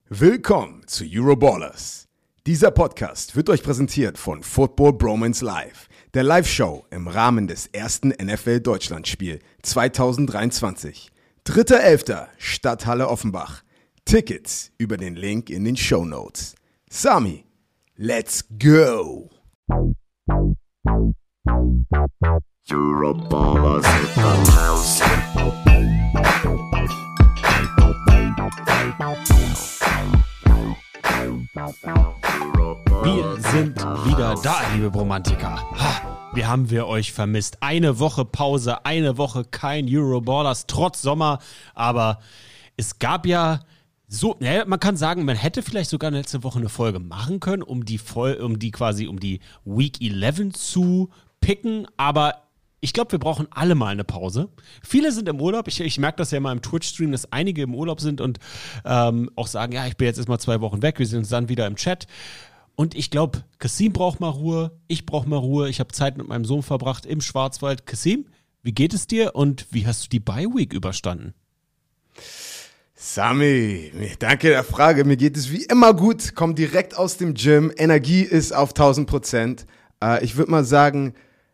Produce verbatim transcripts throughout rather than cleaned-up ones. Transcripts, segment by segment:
Willkommen zu Euroballers. Dieser Podcast wird euch präsentiert von Football Bromance Live, der Live-Show im Rahmen des ersten N F L-Deutschlandspiel zwanzig dreiundzwanzig. dritter elfter Stadthalle Offenbach. Tickets über den Link in den Shownotes. Sami, let's go! Euroballers in the house. Wir sind wieder da, liebe Bromantiker. Ha, wie haben wir euch vermisst? Eine Woche Pause, eine Woche kein Euroballers, trotz Sommer. Aber es gab ja so, ja, man kann sagen, man hätte vielleicht sogar letzte Woche eine Folge machen können, um die, Vol- um die quasi, um die Week elf zu picken. Aber ich glaube, wir brauchen alle mal eine Pause. Viele sind im Urlaub. Ich, ich merke das ja mal im Twitch-Stream, dass einige im Urlaub sind und ähm, auch sagen, ja, ich bin jetzt erstmal zwei Wochen weg. Wir sind dann wieder im Chat. Und ich glaube, Kasim braucht mal Ruhe. Ich brauche mal Ruhe. Ich habe Zeit mit meinem Sohn verbracht im Schwarzwald. Kasim, wie geht es dir und wie hast du die Bye-Week überstanden? Sami, danke der Frage. Mir geht es wie immer gut. Komm direkt aus dem Gym. Energie ist auf tausend Prozent. Äh, ich würde mal sagen,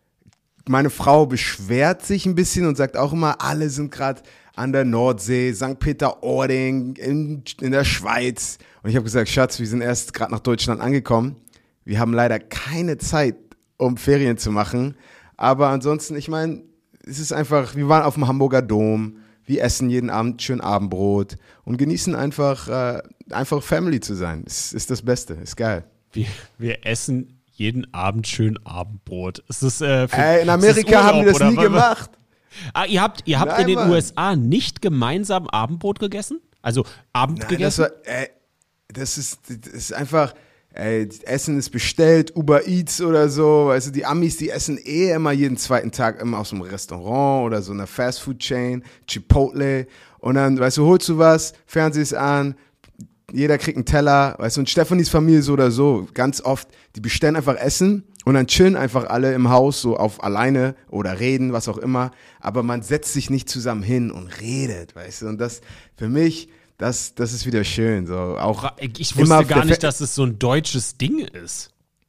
meine Frau beschwert sich ein bisschen und sagt auch immer, alle sind gerade an der Nordsee, Sankt Peter-Ording, in, in der Schweiz. Und ich habe gesagt, Schatz, wir sind erst gerade nach Deutschland angekommen. Wir haben leider keine Zeit, um Ferien zu machen. Aber ansonsten, ich meine, es ist einfach, wir waren auf dem Hamburger Dom. Wir essen jeden Abend schön Abendbrot und genießen einfach, äh, einfach Family zu sein. Es ist das Beste, ist geil. Wir, wir essen jeden Abend schön Abendbrot. Ist das, äh, für, Ey, in Amerika Urlaub, haben die das oder? nie gemacht. Ah, ihr habt, ihr habt Nein, in den Mann. U S A nicht gemeinsam Abendbrot gegessen? Also Abend Nein, gegessen? das, war, ey, das, ist, das ist einfach, ey, Essen ist bestellt, Uber Eats oder so. Weißt du, die Amis, die essen eh immer jeden zweiten Tag immer aus einem Restaurant oder so einer Fastfood-Chain, Chipotle. Und dann, weißt du, holst du was, Fernseh ist an, jeder kriegt einen Teller, weißt du, und Stefanis Familie so oder so, ganz oft, die bestellen einfach Essen und dann chillen einfach alle im Haus so auf alleine oder reden, was auch immer, aber man setzt sich nicht zusammen hin und redet, weißt du, und das, für mich, das, das ist wieder schön, so, auch Ich wusste immer gar der nicht, Fe- dass es so ein deutsches Ding ist.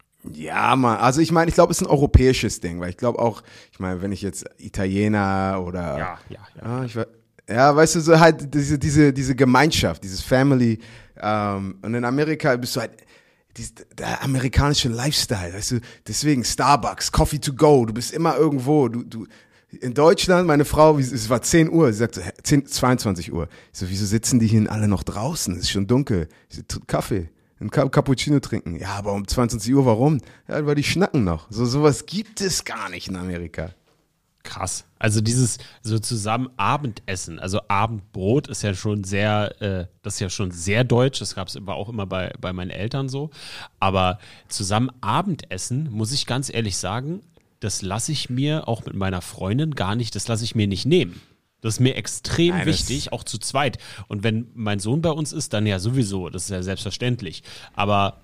Ja, Mann, also ich meine, ich glaube, es ist ein europäisches Ding, weil ich glaube auch, ich meine, wenn ich jetzt Italiener oder, Ja, ja, ja. ja, ich, we- ja, weißt du, so halt diese, diese, diese Gemeinschaft, dieses Family, ähm, und in Amerika bist du halt, dies, der amerikanische Lifestyle, weißt du, deswegen Starbucks, Coffee to go, du bist immer irgendwo, du, du, in Deutschland, meine Frau, wie- es war zehn Uhr, sie sagt so, hä, zehn, zweiundzwanzig Uhr, ich so, wieso sitzen die hier alle noch draußen, es ist schon dunkel, ich so, "Tr- Kaffee, ein Ca- Cappuccino trinken, ja, aber um zweiundzwanzig Uhr, warum? Ja, weil die schnacken noch, so, sowas gibt es gar nicht in Amerika. Krass. Also dieses so zusammen Abendessen, also Abendbrot ist ja schon sehr, äh, das ist ja schon sehr deutsch, das gab es aber auch immer bei, bei meinen Eltern so, aber zusammen Abendessen, muss ich ganz ehrlich sagen, das lasse ich mir auch mit meiner Freundin gar nicht, das lasse ich mir nicht nehmen. Das ist mir extrem Nein, das- wichtig, auch zu zweit. Und wenn mein Sohn bei uns ist, dann ja sowieso, das ist ja selbstverständlich. Aber,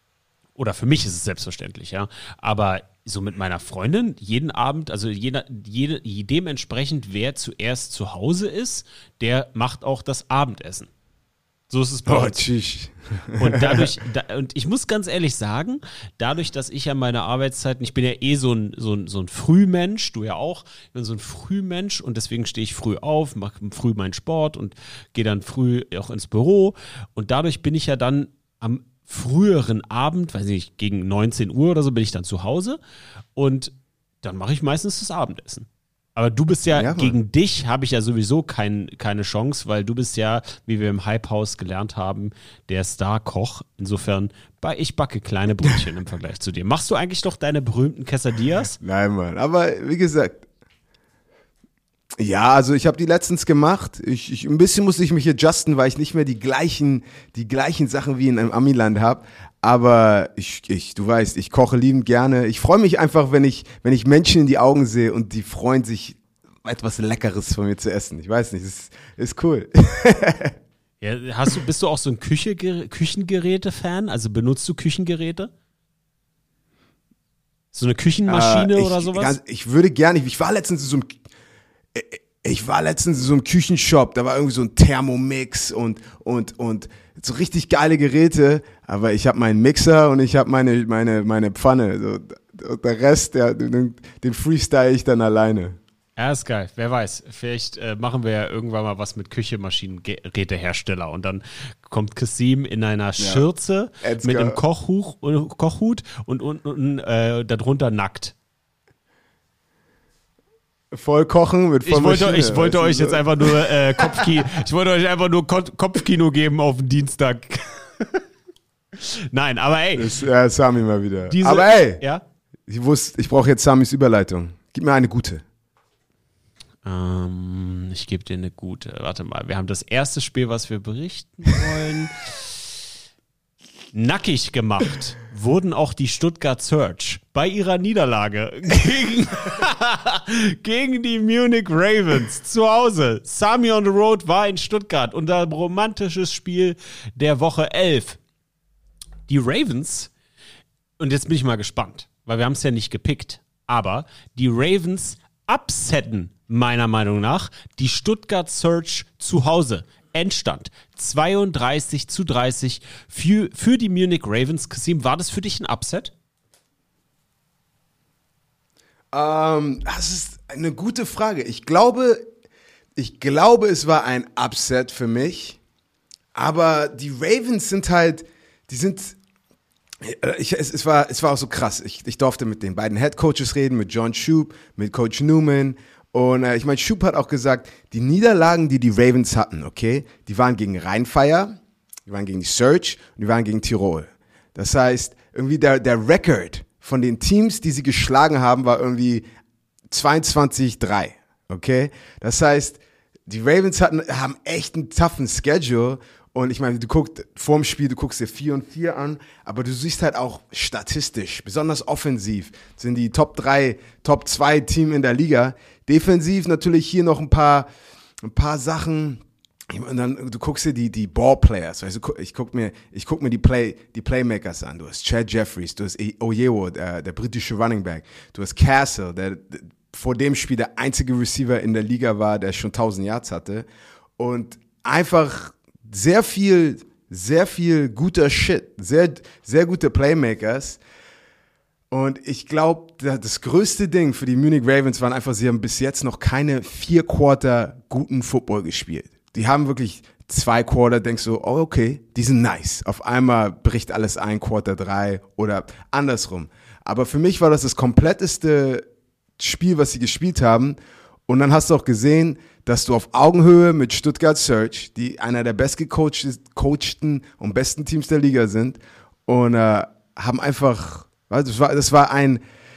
oder für mich ist es selbstverständlich, ja. Aber so mit meiner Freundin jeden Abend, also jeder, jede, dementsprechend, wer zuerst zu Hause ist, der macht auch das Abendessen. So ist es bei Oh, uns. tschüss. Und dadurch, da, und ich muss ganz ehrlich sagen, dadurch, dass ich ja meine Arbeitszeiten, ich bin ja eh so ein, so ein, so ein Frühmensch, du ja auch, ich bin so ein Frühmensch und deswegen stehe ich früh auf, mache früh meinen Sport und gehe dann früh auch ins Büro und dadurch bin ich ja dann am früheren Abend, weiß nicht, gegen neunzehn Uhr oder so bin ich dann zu Hause und dann mache ich meistens das Abendessen. Aber du bist ja, Ja, Mann. gegen dich habe ich ja sowieso kein, keine Chance, weil du bist ja, wie wir im Hype House gelernt haben, der Star-Koch. Insofern, bei ich backe kleine Brötchen im Vergleich zu dir. Machst du eigentlich noch deine berühmten Quesadillas? Nein, Mann. Aber wie gesagt, ja, also ich habe die letztens gemacht. Ich, ich, ein bisschen musste ich mich adjusten, weil ich nicht mehr die gleichen, die gleichen Sachen wie in einem Amiland habe. Aber ich, ich, du weißt, ich koche liebend gerne. Ich freue mich einfach, wenn ich, wenn ich Menschen in die Augen sehe und die freuen sich, etwas Leckeres von mir zu essen. Ich weiß nicht, es ist, ist cool. Ja, hast du, bist du auch so ein Küche, Küchengeräte-Fan? Also benutzt du Küchengeräte? So eine Küchenmaschine Äh, ich, oder sowas? Ganz, ich würde gerne, ich war letztens in so einem, ich war letztens in so einem Küchenshop, da war irgendwie so ein Thermomix und, und, und so richtig geile Geräte, aber ich habe meinen Mixer und ich habe meine, meine, meine Pfanne. So, und der Rest, der, den, den freestyle ich dann alleine. Ja, ist geil. Wer weiß, vielleicht äh, machen wir ja irgendwann mal was mit Küchenmaschinengerätehersteller und dann kommt Kasim in einer Schürze ja. mit einem Kochhuch, Kochhut und unten äh, darunter nackt. Voll kochen mit voll Ich wollte, Maschine, ich wollte euch so? jetzt einfach nur äh, Kopfkino, ich wollte euch einfach nur Ko- Kopfkino geben auf den Dienstag. Nein, aber ey. Das, ja, Sami mal wieder. Diese, aber ey, ja? ich wusste, ich brauche jetzt Samis Überleitung. Gib mir eine gute. Ähm, ich gebe dir eine gute. Warte mal, wir haben das erste Spiel, was wir berichten wollen. Nackig gemacht wurden auch die Stuttgart Surge bei ihrer Niederlage gegen, gegen die Munich Ravens zu Hause. Sami on the Road war in Stuttgart und ein romantisches Spiel der Woche elf. Die Ravens, und jetzt bin ich mal gespannt, weil wir haben es ja nicht gepickt, aber die Ravens upsetten meiner Meinung nach die Stuttgart Surge zu Hause. Endstand zweiunddreißig zu dreißig für, für die Munich Ravens. Kasim, war das für dich ein Upset? Ähm, das ist eine gute Frage. Ich glaube, ich glaube, es war ein Upset für mich. Aber die Ravens sind halt, die sind, ich, es, es, war, es war auch so krass. Ich, ich durfte mit den beiden Head Coaches reden, mit John Shoup, mit Coach Newman. Und äh, ich meine, Shoup hat auch gesagt, die Niederlagen, die die Ravens hatten, okay, die waren gegen Rheinfire, die waren gegen die Surge und die waren gegen Tirol. Das heißt, irgendwie der, der Record von den Teams, die sie geschlagen haben, war irgendwie zweiundzwanzig drei, okay? Das heißt, die Ravens hatten, haben echt einen toughen Schedule. Und ich meine, du guckst vorm Spiel, du guckst dir vier und vier an, aber du siehst halt auch statistisch, besonders offensiv, sind die Top drei, Top zwei Team in der Liga. Defensiv natürlich hier noch ein paar, ein paar Sachen. Und dann, du guckst dir die, die Ballplayers, also ich guck mir, ich guck mir die Play, die Playmakers an. Du hast Chad Jeffries, du hast Oyewo, der, der britische Running Back. Du hast Castle, der, der vor dem Spiel der einzige Receiver in der Liga war, der schon tausend Yards hatte. Und einfach sehr viel, sehr viel guter Shit, sehr, sehr gute Playmakers. Und ich glaube, das größte Ding für die Munich Ravens waren einfach, sie haben bis jetzt noch keine vier Quarter guten Football gespielt. Die haben wirklich zwei Quarter, denkst du, oh okay, die sind nice. Auf einmal bricht alles ein, Quarter drei oder andersrum. Aber für mich war das das kompletteste Spiel, was sie gespielt haben. Und dann hast du auch gesehen, dass du auf Augenhöhe mit Stuttgart Surge, die einer der bestgecoachten und besten Teams der Liga sind, und äh, haben einfach, das war, das war ein,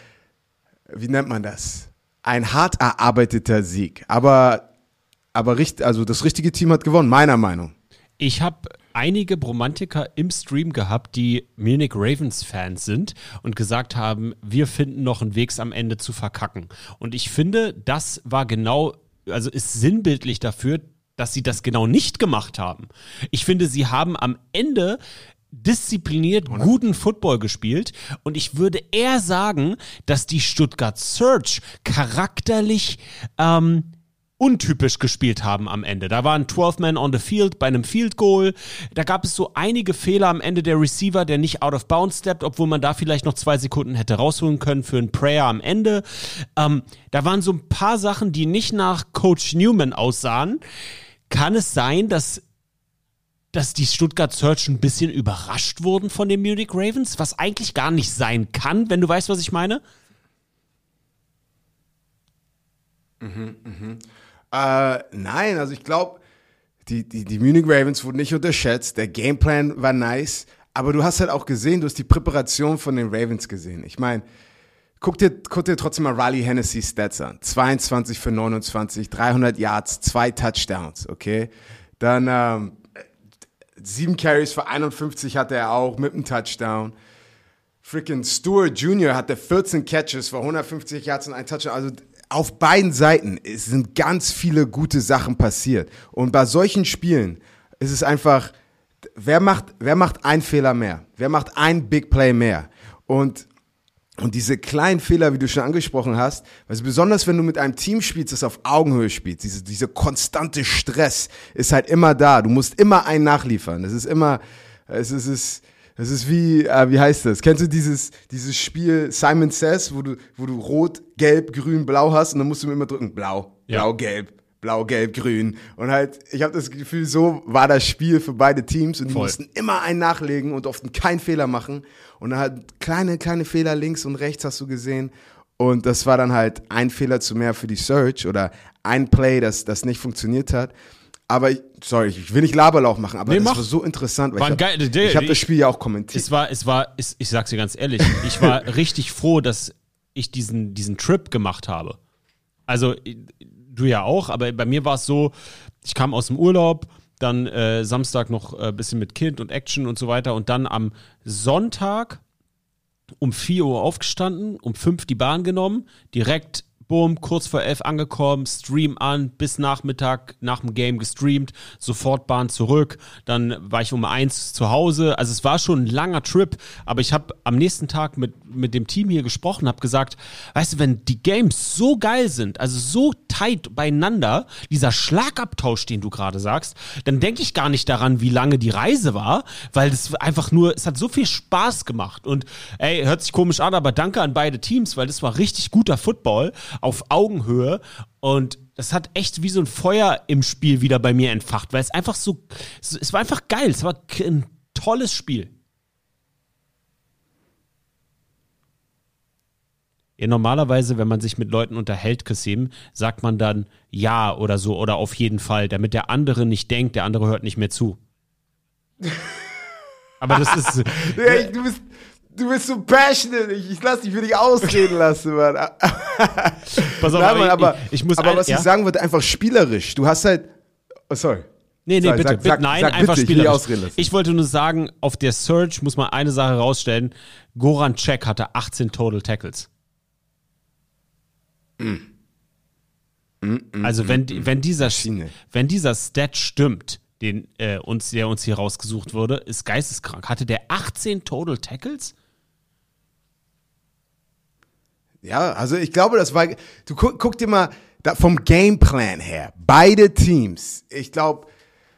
wie nennt man das? Ein hart erarbeiteter Sieg. Aber, aber richt, also das richtige Team hat gewonnen, meiner Meinung. Ich habe einige Bromantiker im Stream gehabt, die Munich Ravens-Fans sind und gesagt haben, wir finden noch einen Weg am Ende zu verkacken. Und ich finde, das war genau, also ist sinnbildlich dafür, dass sie das genau nicht gemacht haben. Ich finde, sie haben am Ende diszipliniert guten Football gespielt und ich würde eher sagen, dass die Stuttgart Surge charakterlich ähm, untypisch gespielt haben am Ende. Da waren zwölf Men on the Field bei einem Field Goal. Da gab es so einige Fehler am Ende, der Receiver, der nicht out of bounds steppt, obwohl man da vielleicht noch zwei Sekunden hätte rausholen können für einen Prayer am Ende. Ähm, da waren so ein paar Sachen, die nicht nach Coach Newman aussahen. Kann es sein, dass dass die Stuttgart Surge ein bisschen überrascht wurden von den Munich Ravens, was eigentlich gar nicht sein kann, wenn du weißt, was ich meine? Mhm, mhm. Äh, nein, also ich glaube, die, die, die Munich Ravens wurden nicht unterschätzt, der Gameplan war nice, aber du hast halt auch gesehen, du hast die Präparation von den Ravens gesehen. Ich meine, guck dir, guck dir trotzdem mal Riley Hennessy's Stats an. zweiundzwanzig für neunundzwanzig, dreihundert Yards, zwei Touchdowns, okay? Dann ähm, sieben Carries für einundfünfzig hatte er auch mit einem Touchdown. Freaking Stewart Junior hatte vierzehn Catches für hundertfünfzig Yards und ein Touchdown. Also auf beiden Seiten es sind ganz viele gute Sachen passiert. Und bei solchen Spielen ist es einfach, wer macht, wer macht einen Fehler mehr? Wer macht ein Big Play mehr? Und Und diese kleinen Fehler, wie du schon angesprochen hast, also besonders wenn du mit einem Team spielst, das auf Augenhöhe spielt, diese, diese konstante Stress ist halt immer da. Du musst immer einen nachliefern. Das ist immer, es ist, es ist, es ist wie, äh, wie heißt das? Kennst du dieses, dieses Spiel Simon Says, wo du, wo du rot, gelb, grün, blau hast und dann musst du immer drücken, blau, Ja. blau, gelb. Blau, Gelb, Grün. Und halt, ich habe das Gefühl, so war das Spiel für beide Teams und die Voll. mussten immer einen nachlegen und durften keinen Fehler machen. Und dann halt kleine, kleine Fehler links und rechts hast du gesehen. Und das war dann halt ein Fehler zu mehr für die Search oder ein Play, das, das nicht funktioniert hat. Aber, ich, sorry, ich will nicht Laberlauch machen, aber Nee, das mach. war so interessant, weil War ich ein geil- habe der- hab das ich- Spiel ja auch kommentiert. Es war, es war, es, ich sag's dir ganz ehrlich, ich war richtig froh, dass ich diesen, diesen Trip gemacht habe. Also, du ja auch, aber bei mir war es so, ich kam aus dem Urlaub, dann äh, Samstag noch ein äh, bisschen mit Kind und Action und so weiter und dann am Sonntag um vier Uhr aufgestanden, um fünf die Bahn genommen, direkt, boom, kurz vor elf angekommen, Stream an, bis Nachmittag nach dem Game gestreamt, sofort Bahn zurück, dann war ich um eins zu Hause, also es war schon ein langer Trip, aber ich habe am nächsten Tag mit, mit dem Team hier gesprochen, habe gesagt, weißt du, wenn die Games so geil sind, also so tight beieinander, dieser Schlagabtausch, den du gerade sagst, dann denke ich gar nicht daran, wie lange die Reise war, weil das einfach nur, es hat so viel Spaß gemacht und ey, hört sich komisch an, aber danke an beide Teams, weil das war richtig guter Football auf Augenhöhe und das hat echt wie so ein Feuer im Spiel wieder bei mir entfacht, weil es einfach so, es war einfach geil, es war ein tolles Spiel. Ja, normalerweise, wenn man sich mit Leuten unterhält, Kasim, sagt man dann ja oder so oder auf jeden Fall, damit der andere nicht denkt, der andere hört nicht mehr zu. Aber das ist... Ja, ich, du bist, du bist so passionate. Ich, ich lass dich für dich ausreden lassen, Mann. Pass auf, Nein, Mann, aber, ich, ich muss aber ein, was ja? ich sagen würde, einfach spielerisch. Du hast halt, oh, sorry. Nee, nee, Sorry, bitte, sag- bitte sag- nein, sag einfach bitte, ich will dich spielerisch. ausreden lassen. Ich wollte nur sagen, auf der Search muss man eine Sache rausstellen. Goran Cech hatte achtzehn Total Tackles. Also wenn, die- wenn, dieser, Maschine. wenn dieser Stat stimmt, den, äh, uns, der uns hier rausgesucht wurde, ist geisteskrank. Hatte der achtzehn Total Tackles? Ja, also ich glaube, das war, du guck, guck dir mal da vom Gameplan her, beide Teams, ich glaube,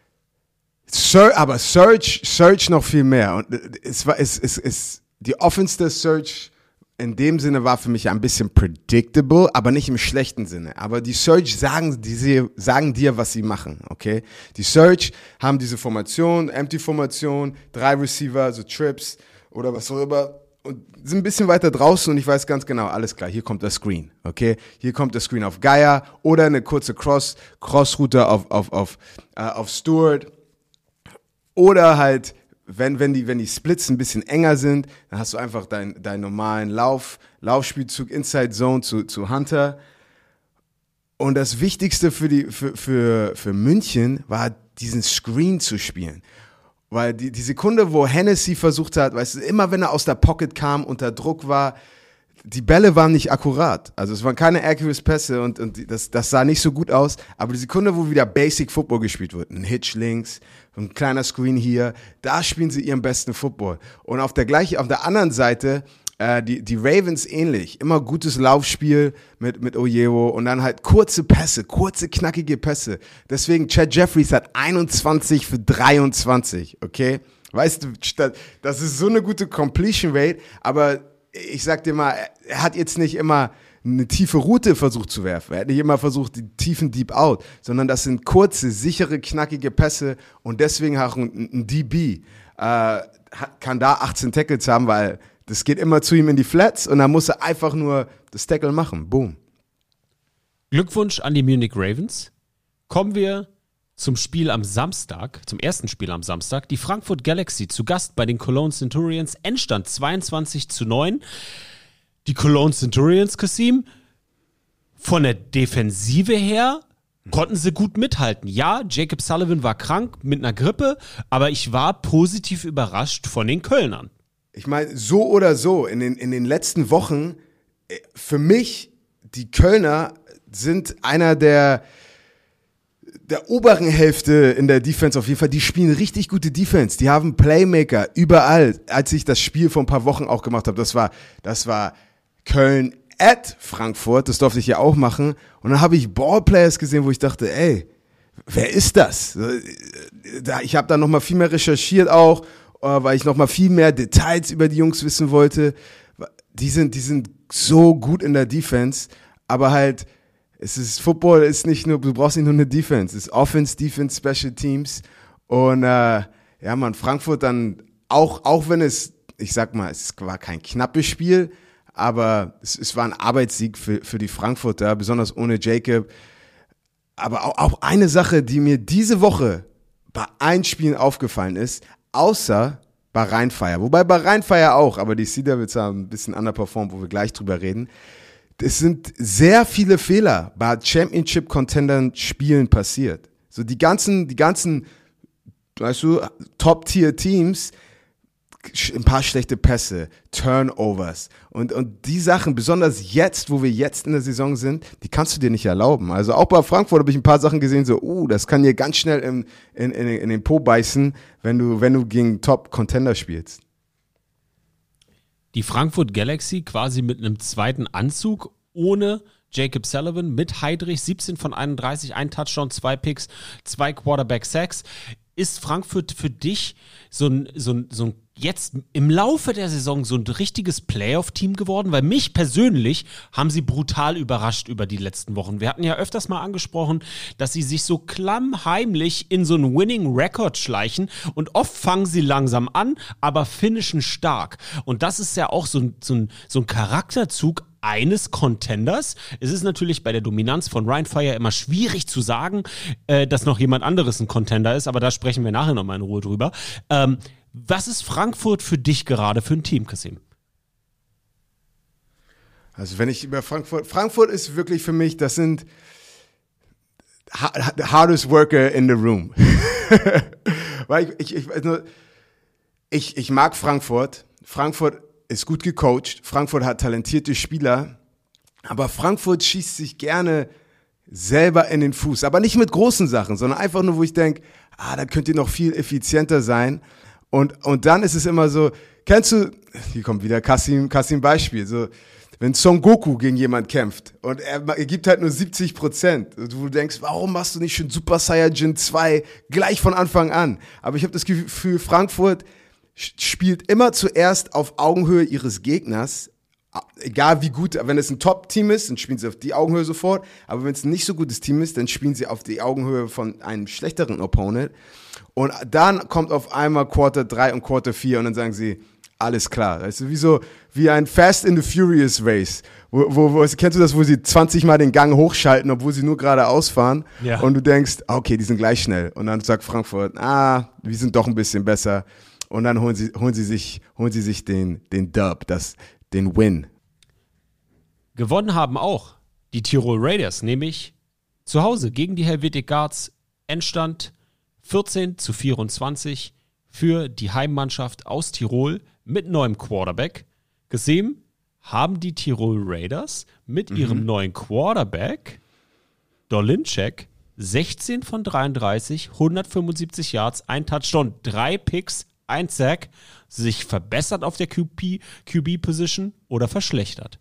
Sur- aber Search, Search noch viel mehr und äh, es war, es, es, es, die Offense der Search in dem Sinne war für mich ein bisschen predictable, aber nicht im schlechten Sinne. Aber die Search sagen, die sie, sagen dir, was sie machen, okay? Die Search haben diese Formation, Empty-Formation, drei Receiver, so Trips oder was auch immer und sind ein bisschen weiter draußen und ich weiß ganz genau, alles klar, hier kommt der Screen, okay? Hier kommt der Screen auf Geier oder eine kurze Cross, Cross-Route auf, auf, auf, äh, auf Stewart oder halt Wenn, wenn, die, wenn die Splits ein bisschen enger sind, dann hast du einfach deinen deinen normalen Lauf, Laufspielzug, Inside Zone zu, zu Hunter. Und das Wichtigste für, die, für, für, für München war, diesen Screen zu spielen. Weil die, die Sekunde, wo Hennessy versucht hat, weißt du, immer wenn er aus der Pocket kam, unter Druck war, die Bälle waren nicht akkurat. Also es waren keine accurate Pässe und, und das, das sah nicht so gut aus. Aber die Sekunde, wo wieder Basic Football gespielt wird, ein Hitch links, ein kleiner Screen hier, da spielen sie ihren besten Football. Und auf der gleichen, auf der anderen Seite, äh, die, die Ravens ähnlich. Immer gutes Laufspiel mit, mit Ojewo und dann halt kurze Pässe, kurze, knackige Pässe. Deswegen, Chad Jeffries hat einundzwanzig für dreiundzwanzig, okay? Weißt du, das ist so eine gute Completion Rate, aber ich sag dir mal, er hat jetzt nicht immer eine tiefe Route versucht zu werfen. Er hat nicht immer versucht, die tiefen Deep Out, sondern das sind kurze, sichere, knackige Pässe und deswegen auch ein, ein D B äh, kann da achtzehn Tackles haben, weil das geht immer zu ihm in die Flats und dann muss er einfach nur das Tackle machen. Boom. Glückwunsch an die Munich Ravens. Kommen wir zum Spiel am Samstag, zum ersten Spiel am Samstag. Die Frankfurt Galaxy zu Gast bei den Cologne Centurions. Endstand zweiundzwanzig zu neun. Die Cologne Centurions, Kasim, von der Defensive her konnten sie gut mithalten. Ja, Jacob Sullivan war krank mit einer Grippe, aber ich war positiv überrascht von den Kölnern. Ich meine, so oder so, in den, in den letzten Wochen, für mich, die Kölner sind einer der der oberen Hälfte in der Defense auf jeden Fall, die spielen richtig gute Defense. Die haben Playmaker überall. Als ich das Spiel vor ein paar Wochen auch gemacht habe, das war, das war Köln at Frankfurt, das durfte ich ja auch machen. Und dann habe ich Ballplayers gesehen, wo ich dachte, ey, wer ist das? Ich habe da nochmal viel mehr recherchiert auch, weil ich nochmal viel mehr Details über die Jungs wissen wollte. Die sind, die sind so gut in der Defense, aber halt, es ist, Football ist nicht nur, du brauchst nicht nur eine Defense, es ist Offense, Defense, Special Teams und äh, ja man, Frankfurt dann, auch, auch wenn es, ich sag mal, es war kein knappes Spiel, aber es, es war ein Arbeitssieg für, für die Frankfurter, besonders ohne Jacob. Aber auch, auch eine Sache, die mir diese Woche bei allen Spielen aufgefallen ist, außer bei Rheinfire, wobei bei Rheinfire auch, aber die Sea Devils haben ein bisschen underperformed, wo wir gleich drüber reden. Es sind sehr viele Fehler bei Championship-Contendern-Spielen passiert. So die ganzen, die ganzen, weißt du, Top-Tier-Teams, ein paar schlechte Pässe, Turnovers und, und die Sachen, besonders jetzt, wo wir jetzt in der Saison sind, die kannst du dir nicht erlauben. Also auch bei Frankfurt habe ich ein paar Sachen gesehen, so, uh, das kann dir ganz schnell in, in, in, in den Po beißen, wenn du, wenn du gegen Top-Contender spielst. Die Frankfurt Galaxy quasi mit einem zweiten Anzug, ohne Jacob Sullivan, mit Heidrich, siebzehn von einunddreißig, ein Touchdown, zwei Picks, zwei Quarterback-Sacks. Ist Frankfurt für dich so ein, so ein, so ein jetzt im Laufe der Saison so ein richtiges Playoff-Team geworden? Weil mich persönlich haben sie brutal überrascht über die letzten Wochen. Wir hatten ja öfters mal angesprochen, dass sie sich so klammheimlich in so einen Winning-Record schleichen und oft fangen sie langsam an, aber finishen stark. Und das ist ja auch so ein, so ein, so ein Charakterzug eines Contenders. Es ist natürlich bei der Dominanz von Rheinfire immer schwierig zu sagen, äh, dass noch jemand anderes ein Contender ist, aber da sprechen wir nachher nochmal in Ruhe drüber. Ähm, was ist Frankfurt für dich gerade für ein Team, Kasim? Also wenn ich über Frankfurt, Frankfurt ist wirklich für mich, das sind hardest worker in the room. Weil ich, ich, ich, ich, ich mag Frankfurt. Frankfurt ist gut gecoacht. Frankfurt hat talentierte Spieler. Aber Frankfurt schießt sich gerne selber in den Fuß. Aber nicht mit großen Sachen, sondern einfach nur, wo ich denke, ah, da könnt ihr noch viel effizienter sein. Und, und dann ist es immer so, kennst du, hier kommt wieder Kasim, Kasim Beispiel, so, wenn Son Goku gegen jemand kämpft und er, er gibt halt nur siebzig Prozent, und du denkst, warum machst du nicht schon Super Saiyajin zwei gleich von Anfang an? Aber ich habe das Gefühl, Frankfurt spielt immer zuerst auf Augenhöhe ihres Gegners, egal wie gut, wenn es ein Top-Team ist, dann spielen sie auf die Augenhöhe sofort, aber wenn es ein nicht so gutes Team ist, dann spielen sie auf die Augenhöhe von einem schlechteren Opponent und dann kommt auf einmal Quarter drei und Quarter vier und dann sagen sie, alles klar, weißt du, wie so, wie ein Fast and the Furious Race, wo, wo, wo kennst du das, wo sie zwanzig Mal den Gang hochschalten, obwohl sie nur geradeaus fahren ja. Und du denkst, okay, die sind gleich schnell und dann sagt Frankfurt, ah, wir sind doch ein bisschen besser. Und dann holen sie, holen sie sich, holen sie sich den, den Dub, das, den Win. Gewonnen haben auch die Tirol Raiders, nämlich zu Hause gegen die Helvetic Guards. Endstand vierzehn zu vierundzwanzig für die Heimmannschaft aus Tirol mit neuem Quarterback. Gesehen haben die Tirol Raiders mit mhm. ihrem neuen Quarterback Dolinček sechzehn von dreiunddreißig, hundertfünfundsiebzig Yards, ein Touchdown, drei Picks, ein Sack, sich verbessert auf der Q B-Position oder verschlechtert?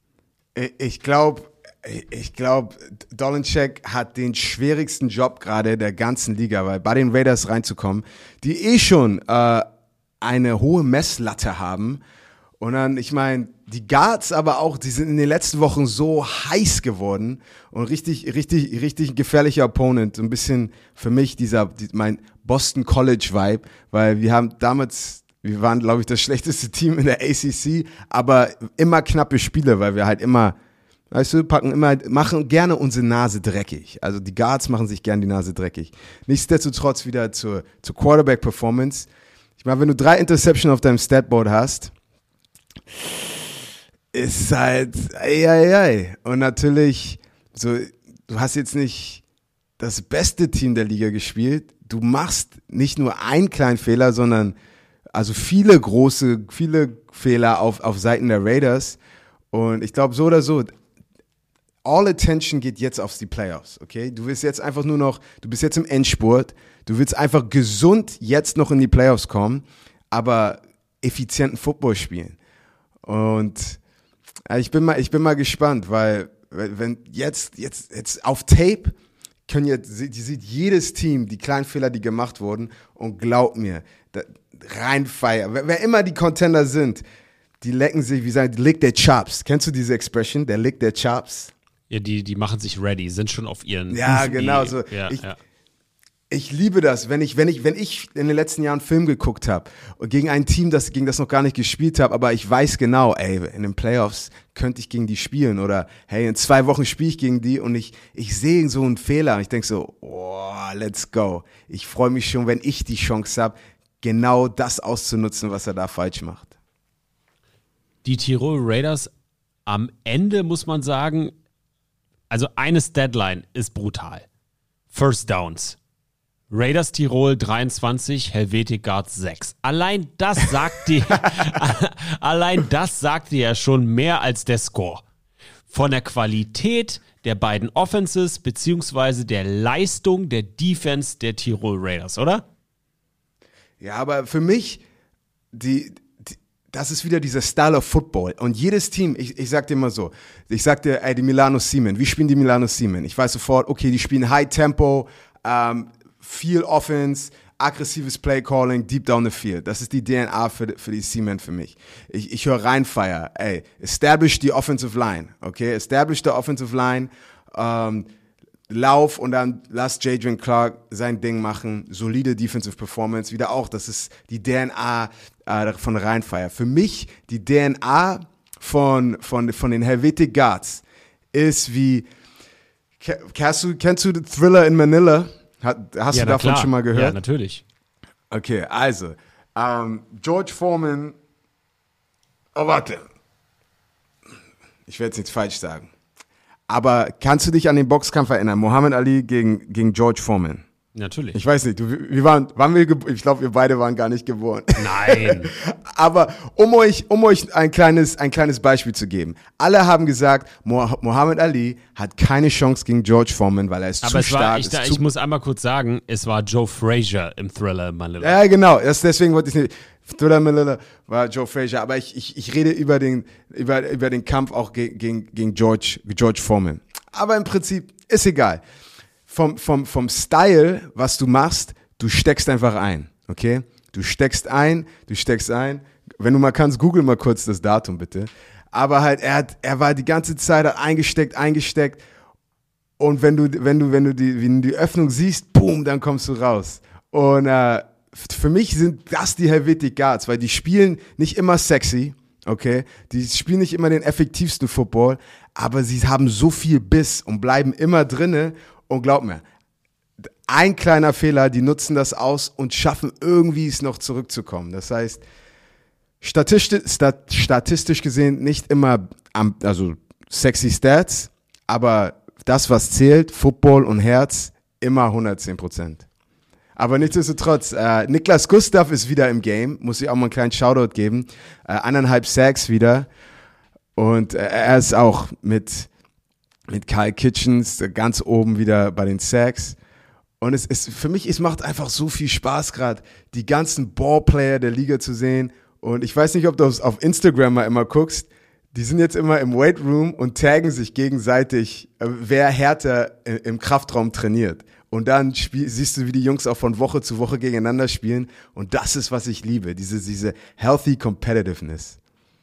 Ich glaube, ich glaube, Dolinček hat den schwierigsten Job gerade der ganzen Liga, weil bei den Raiders reinzukommen, die eh schon äh, eine hohe Messlatte haben. Und dann, ich meine, die Guards aber auch, die sind in den letzten Wochen so heiß geworden und richtig, richtig, richtig gefährlicher Opponent. So ein bisschen für mich dieser, die, mein Boston College Vibe, weil wir haben damals, wir waren, glaube ich, das schlechteste Team in der A C C, aber immer knappe Spiele, weil wir halt immer, weißt du, packen immer, machen gerne unsere Nase dreckig. Also die Guards machen sich gerne die Nase dreckig. Nichtsdestotrotz wieder zur, zur Quarterback-Performance. Ich meine, wenn du drei Interception auf deinem Statboard hast, ist halt, ei, ei, ei. Und natürlich, so, du hast jetzt nicht das beste Team der Liga gespielt. Du machst nicht nur einen kleinen Fehler, sondern also viele große, viele Fehler auf, auf Seiten der Raiders. Und ich glaube, so oder so, all attention geht jetzt auf die Playoffs, okay? Du willst jetzt einfach nur noch, du bist jetzt im Endspurt, du willst einfach gesund jetzt noch in die Playoffs kommen, aber effizienten Football spielen. Und Ja, ich bin mal, ich bin mal gespannt, weil wenn jetzt, jetzt, jetzt auf Tape können jetzt, die sieht jedes Team die kleinen Fehler, die gemacht wurden, und glaub mir, da, reinfeiern. Wer, wer immer die Contender sind, die lecken sich, wie sagen, die lick their chops. Kennst du diese Expression? Der lick their chops? Ja, die, die machen sich ready, sind schon auf ihren. Ja, Hufen, genau die, so. Ja, ich, ja. ich liebe das, wenn ich, wenn ich, wenn ich in den letzten Jahren Film geguckt habe und gegen ein Team, das gegen das noch gar nicht gespielt habe, aber ich weiß genau, ey, in den Playoffs könnte ich gegen die spielen, oder hey, in zwei Wochen spiele ich gegen die, und ich, ich sehe so einen Fehler und ich denke so, oh, let's go. Ich freue mich schon, wenn ich die Chance habe, genau das auszunutzen, was er da falsch macht. Die Tirol Raiders am Ende, muss man sagen, also eine Deadline ist brutal. First Downs. Raiders Tirol dreiundzwanzig, Helvetic Guards sechs. Allein das sagt dir, allein das sagt dir ja schon mehr als der Score. Von der Qualität der beiden Offenses beziehungsweise der Leistung der Defense der Tirol Raiders, oder? Ja, aber für mich, die, die, das ist wieder dieser Style of Football. Und jedes Team, ich, ich sag dir mal so, ich sag dir, ey, die Milano Seamen, wie spielen die Milano Seamen? Ich weiß sofort, okay, die spielen High Tempo, ähm, viel Offense, aggressives Play Calling, deep down the field. Das ist die D N A für, für die Seamen für mich. Ich, ich höre Reinfire, ey, establish the offensive line, okay? Establish the offensive line, ähm, Lauf und dann lass Jadrian Clark sein Ding machen, solide Defensive Performance, wieder auch, das ist die D N A äh, von Rheinfire. Für mich, die D N A von, von, von den Helvetic Guards ist wie, kennst du, kennst du The Thriller in Manila? Hast ja, du davon klar. schon mal gehört? Ja, natürlich. Okay, also, ähm, George Foreman, oh warte, ich werde es nicht falsch sagen. Aber kannst du dich an den Boxkampf erinnern? Muhammad Ali gegen, gegen George Foreman. Natürlich. Ich weiß nicht, du, wir waren, waren wir, gebo- ich glaube, wir beide waren gar nicht geboren. Nein. Aber um euch, um euch ein kleines, ein kleines Beispiel zu geben. Alle haben gesagt, Mo- Muhammad Ali hat keine Chance gegen George Foreman, weil er ist Aber zu es war, stark. ich, ist da, zu ich muss einmal kurz sagen, es war Joe Frazier im Thriller in Manila. Ja, genau. Das, deswegen wollte ich nicht. Thriller Manila war Joe Frazier. Aber ich, ich, ich rede über den, über, über den Kampf auch gegen, gegen, gegen George, George Foreman. Aber im Prinzip ist egal. Vom, vom, vom Style, was du machst, du steckst einfach ein. Okay? Du steckst ein, du steckst ein. Wenn du mal kannst, google mal kurz das Datum, bitte. Aber halt, er hat, er war die ganze Zeit hat eingesteckt, eingesteckt. Und wenn du, wenn du, wenn du die, wenn du die Öffnung siehst, boom, dann kommst du raus. Und äh, für mich sind das die Helvetic Guards, weil die spielen nicht immer sexy, okay? Die spielen nicht immer den effektivsten Football, aber sie haben so viel Biss und bleiben immer drinne. Und glaub mir, ein kleiner Fehler, die nutzen das aus und schaffen irgendwie es noch zurückzukommen. Das heißt, statistisch, stat, statistisch gesehen nicht immer, am, also sexy Stats, aber das, was zählt, Football und Herz, immer hundertzehn Prozent. Aber nichtsdestotrotz, äh, Niklas Gustav ist wieder im Game, muss ich auch mal einen kleinen Shoutout geben. Äh, eineinhalb Sacks wieder. Und äh, er ist auch mit, mit Kyle Kitchens ganz oben wieder bei den Sacks. Und es ist, für mich, es macht einfach so viel Spaß gerade, die ganzen Ballplayer der Liga zu sehen. Und ich weiß nicht, ob du auf Instagram mal immer guckst. Die sind jetzt immer im Weight Room und taggen sich gegenseitig, äh, wer härter äh, im Kraftraum trainiert. Und dann spiel, siehst du, wie die Jungs auch von Woche zu Woche gegeneinander spielen. Und das ist, was ich liebe, diese, diese healthy Competitiveness.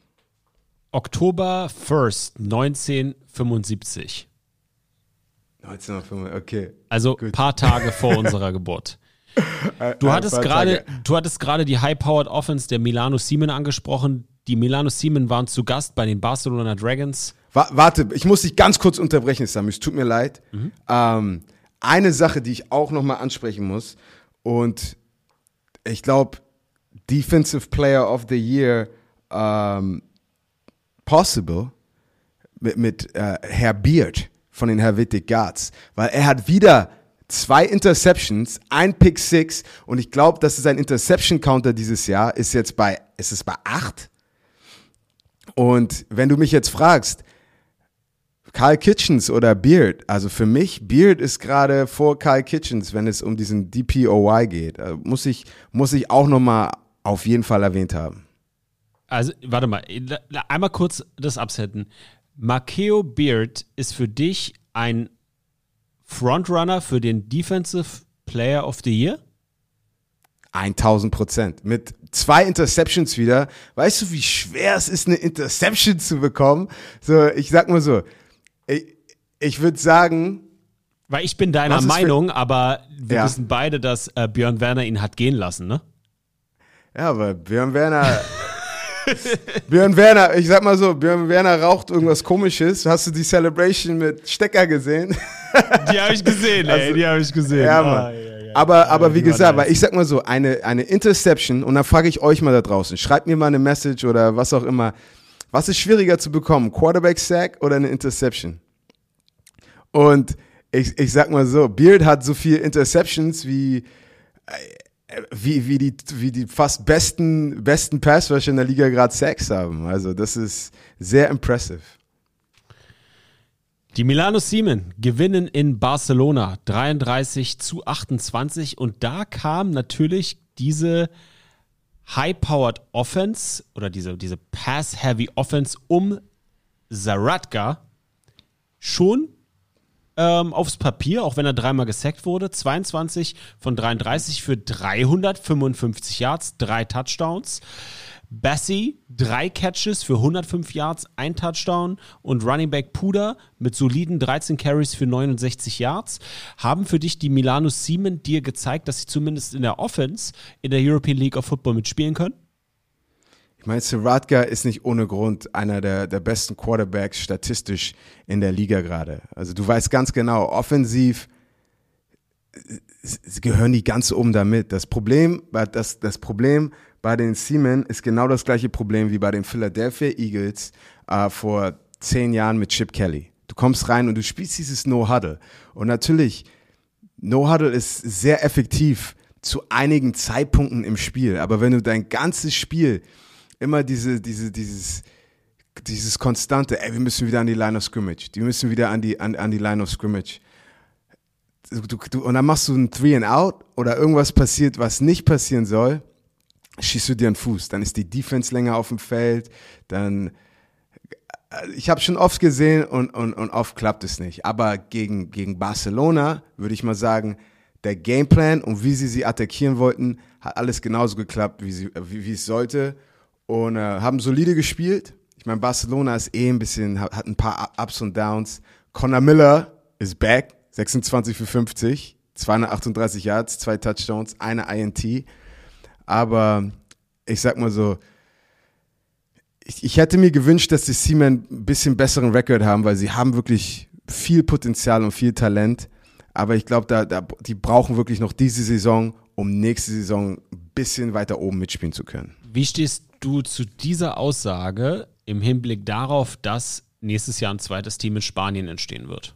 Oktober erster neunzehnhundertfünfundsiebzig. neunzehnhundertfünf, okay. Also ein paar Tage vor unserer Geburt. Du hattest gerade, du hattest gerade die High-Powered Offense der Milano Seamen angesprochen. Die Milano Seamen waren zu Gast bei den Barcelona Dragons. Wa- Warte, ich muss dich ganz kurz unterbrechen, Sam. Es tut mir leid. Mhm. Ähm, eine Sache, die ich auch nochmal ansprechen muss, und ich glaube, Defensive Player of the Year ähm, possible mit, mit äh, Herr Beard von den Helvetic Guards, weil er hat wieder zwei Interceptions, ein Pick Six, und ich glaube, dass sein Interception Counter dieses Jahr ist jetzt bei, ist es bei acht? Und wenn du mich jetzt fragst, Kyle Kitchens oder Beard, also für mich, Beard ist gerade vor Kyle Kitchens, wenn es um diesen D P O Y geht. Also muss ich, muss ich auch nochmal auf jeden Fall erwähnt haben. Also, warte mal, einmal kurz das absetzen. Markeo Beard ist für dich ein Frontrunner für den Defensive Player of the Year? tausend Prozent. Mit zwei Interceptions wieder. Weißt du, wie schwer es ist, eine Interception zu bekommen? So, ich sag mal so, ich, ich würde sagen... Weil ich bin deiner Meinung, aber wir ja. wissen beide, dass äh, Björn Werner ihn hat gehen lassen, ne? Ja, aber Björn Werner... Björn Werner, ich sag mal so, Björn Werner raucht irgendwas Komisches. Hast du die Celebration mit Stecker gesehen? Die habe ich gesehen, ey, also, die habe ich gesehen. Ja, Mann. Ah, ja, ja. Aber, aber ja, wie gesagt, weil ich sag mal so, eine, eine Interception, und dann frage ich euch mal da draußen, schreibt mir mal eine Message oder was auch immer. Was ist schwieriger zu bekommen, Quarterback-Sack oder eine Interception? Und ich, ich sag mal so, Beard hat so viele Interceptions wie... Wie, wie, die, wie die fast besten, besten Passrusher in der Liga gerade Sacks haben. Also das ist sehr impressive. Die Milano Seamen gewinnen in Barcelona dreiunddreißig zu achtundzwanzig und da kam natürlich diese High-Powered Offense oder diese, diese Pass-Heavy Offense um Zaratka schon Ähm, aufs Papier, auch wenn er dreimal gesackt wurde. zweiundzwanzig von dreiunddreißig für dreihundertfünfundfünfzig Yards, drei Touchdowns. Bassie, drei Catches für hundertfünf Yards, ein Touchdown. Und Running Back Puda mit soliden dreizehn Carries für neunundsechzig Yards. Haben für dich die Milano Seamen dir gezeigt, dass sie zumindest in der Offense in der European League of Football mitspielen können? Ich meine, Zaratka ist nicht ohne Grund einer der, der besten Quarterbacks statistisch in der Liga gerade. Also du weißt ganz genau, offensiv gehören die ganz oben damit. Das Problem, das, das Problem bei den Seamen ist genau das gleiche Problem wie bei den Philadelphia Eagles äh, vor zehn Jahren mit Chip Kelly. Du kommst rein und du spielst dieses No-Huddle. Und natürlich, No-Huddle ist sehr effektiv zu einigen Zeitpunkten im Spiel. Aber wenn du dein ganzes Spiel immer diese, diese, dieses, dieses konstante, ey, wir müssen wieder an die Line of Scrimmage, die müssen wieder an die, an, an die Line of Scrimmage. Du, du, und dann machst du ein Three and Out oder irgendwas passiert, was nicht passieren soll, schießt du dir einen Fuß. Dann ist die Defense länger auf dem Feld, dann, ich habe schon oft gesehen und, und, und oft klappt es nicht. Aber gegen, gegen Barcelona würde ich mal sagen, der Gameplan und wie sie sie attackieren wollten, hat alles genauso geklappt, wie, sie, wie, wie es sollte. Und äh, haben solide gespielt. Ich meine, Barcelona ist eh ein bisschen, hat, hat ein paar Ups und Downs. Connor Miller ist back, sechsundzwanzig für fünfzig, zweihundertachtunddreißig Yards, zwei Touchdowns, eine I N T. Aber ich sag mal so, ich, ich hätte mir gewünscht, dass die Seamen ein bisschen besseren Rekord haben, weil sie haben wirklich viel Potenzial und viel Talent. Aber ich glaube, da, da, die brauchen wirklich noch diese Saison, um nächste Saison ein bisschen weiter oben mitspielen zu können. Wie stehst du zu dieser Aussage im Hinblick darauf, dass nächstes Jahr ein zweites Team in Spanien entstehen wird?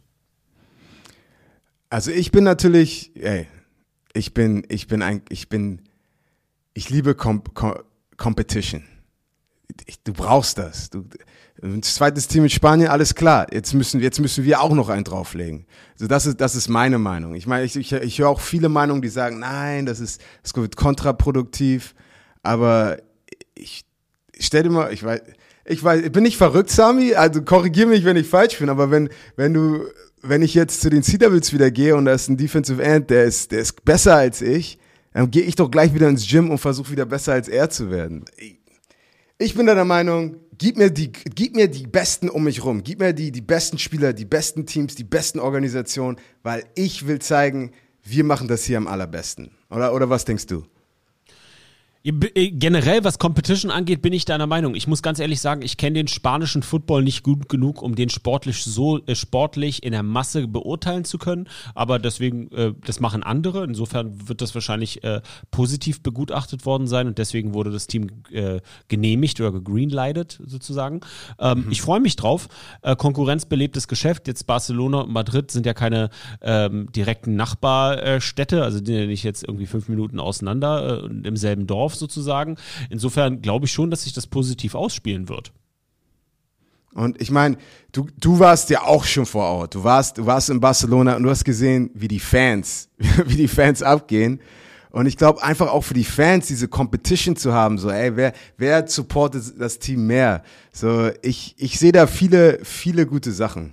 Also ich bin natürlich, ey, ich bin, ich bin ein, ich bin, ich liebe Com- Com- Competition. Ich, du brauchst das. Du, ein zweites Team in Spanien, alles klar. Jetzt müssen, jetzt müssen wir auch noch einen drauflegen. Also das ist, das ist meine Meinung. Ich meine, ich, ich, ich höre auch viele Meinungen, die sagen, nein, das ist, das wird kontraproduktiv. Aber ich, ich stell dir mal, ich weiß, ich weiß, ich bin nicht verrückt, Sami. Also korrigier mich, wenn ich falsch bin. Aber wenn, wenn du, wenn ich jetzt zu den Sea Devils wieder gehe und da ist ein Defensive End, der ist, der ist besser als ich, dann gehe ich doch gleich wieder ins Gym und versuche wieder besser als er zu werden. Ich, Ich bin da der Meinung, gib mir die, gib mir die Besten um mich rum. Gib mir die, die besten Spieler, die besten Teams, die besten Organisationen, weil ich will zeigen, wir machen das hier am allerbesten. Oder, oder was denkst du? Generell, was Competition angeht, bin ich deiner Meinung. Ich muss ganz ehrlich sagen, ich kenne den spanischen Football nicht gut genug, um den sportlich so äh, sportlich in der Masse beurteilen zu können. Aber deswegen, äh, das machen andere. Insofern wird das wahrscheinlich äh, positiv begutachtet worden sein und deswegen wurde das Team äh, genehmigt oder gegreenlightet sozusagen. Ähm, mhm. Ich freue mich drauf. Äh, konkurrenzbelebtes Geschäft. Jetzt Barcelona und Madrid sind ja keine ähm, direkten Nachbarstädte, also die sind ja nicht jetzt irgendwie fünf Minuten auseinander äh, im selben Dorf sozusagen. Insofern glaube ich schon, dass sich das positiv ausspielen wird. Und ich meine, du, du warst ja auch schon vor Ort. Du warst, du warst in Barcelona und du hast gesehen, wie die Fans, wie die Fans abgehen. Und ich glaube einfach auch für die Fans diese Competition zu haben, so ey, wer, wer supportet das Team mehr? So, ich, ich sehe da viele, viele gute Sachen.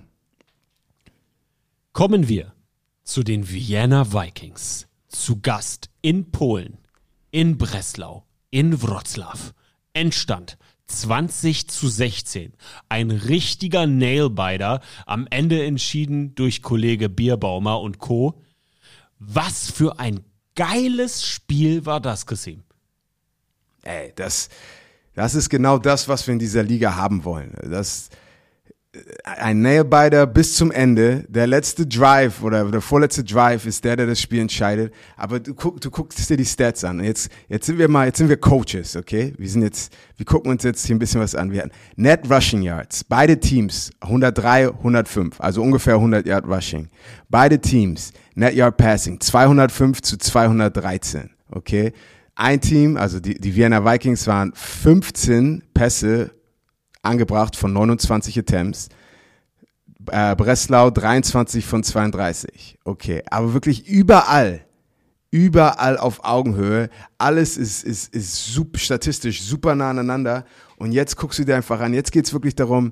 Kommen wir zu den Vienna Vikings. Zu Gast in Polen, in Breslau, in Wrocław. Endstand zwanzig zu sechzehn. Ein richtiger Nailbiter, am Ende entschieden durch Kollege Bierbaumer und Co. Was für ein geiles Spiel war das, Kasim? Ey, das, das ist genau das, was wir in dieser Liga haben wollen. Das ein Nailbiter bis zum Ende. Der letzte Drive oder der vorletzte Drive ist der, der das Spiel entscheidet. Aber du, guck, du guckst dir die Stats an. Jetzt, jetzt sind wir mal, jetzt sind wir Coaches, okay? Wir sind jetzt, wir gucken uns jetzt hier ein bisschen was an. Wir hatten Net Rushing Yards. Beide Teams hundertdrei, hundertfünf, also ungefähr hundert Yard Rushing. Beide Teams Net Yard Passing zweihundertfünf zu zweihundertdreizehn, okay? Ein Team, also die, die Vienna Vikings waren fünfzehn Pässe angebracht von neunundzwanzig Attempts. Äh, Breslau dreiundzwanzig von zweiunddreißig. Okay, aber wirklich überall, überall auf Augenhöhe. Alles ist, ist, ist super, statistisch super nah aneinander. Und jetzt guckst du dir einfach an. Jetzt geht es wirklich darum,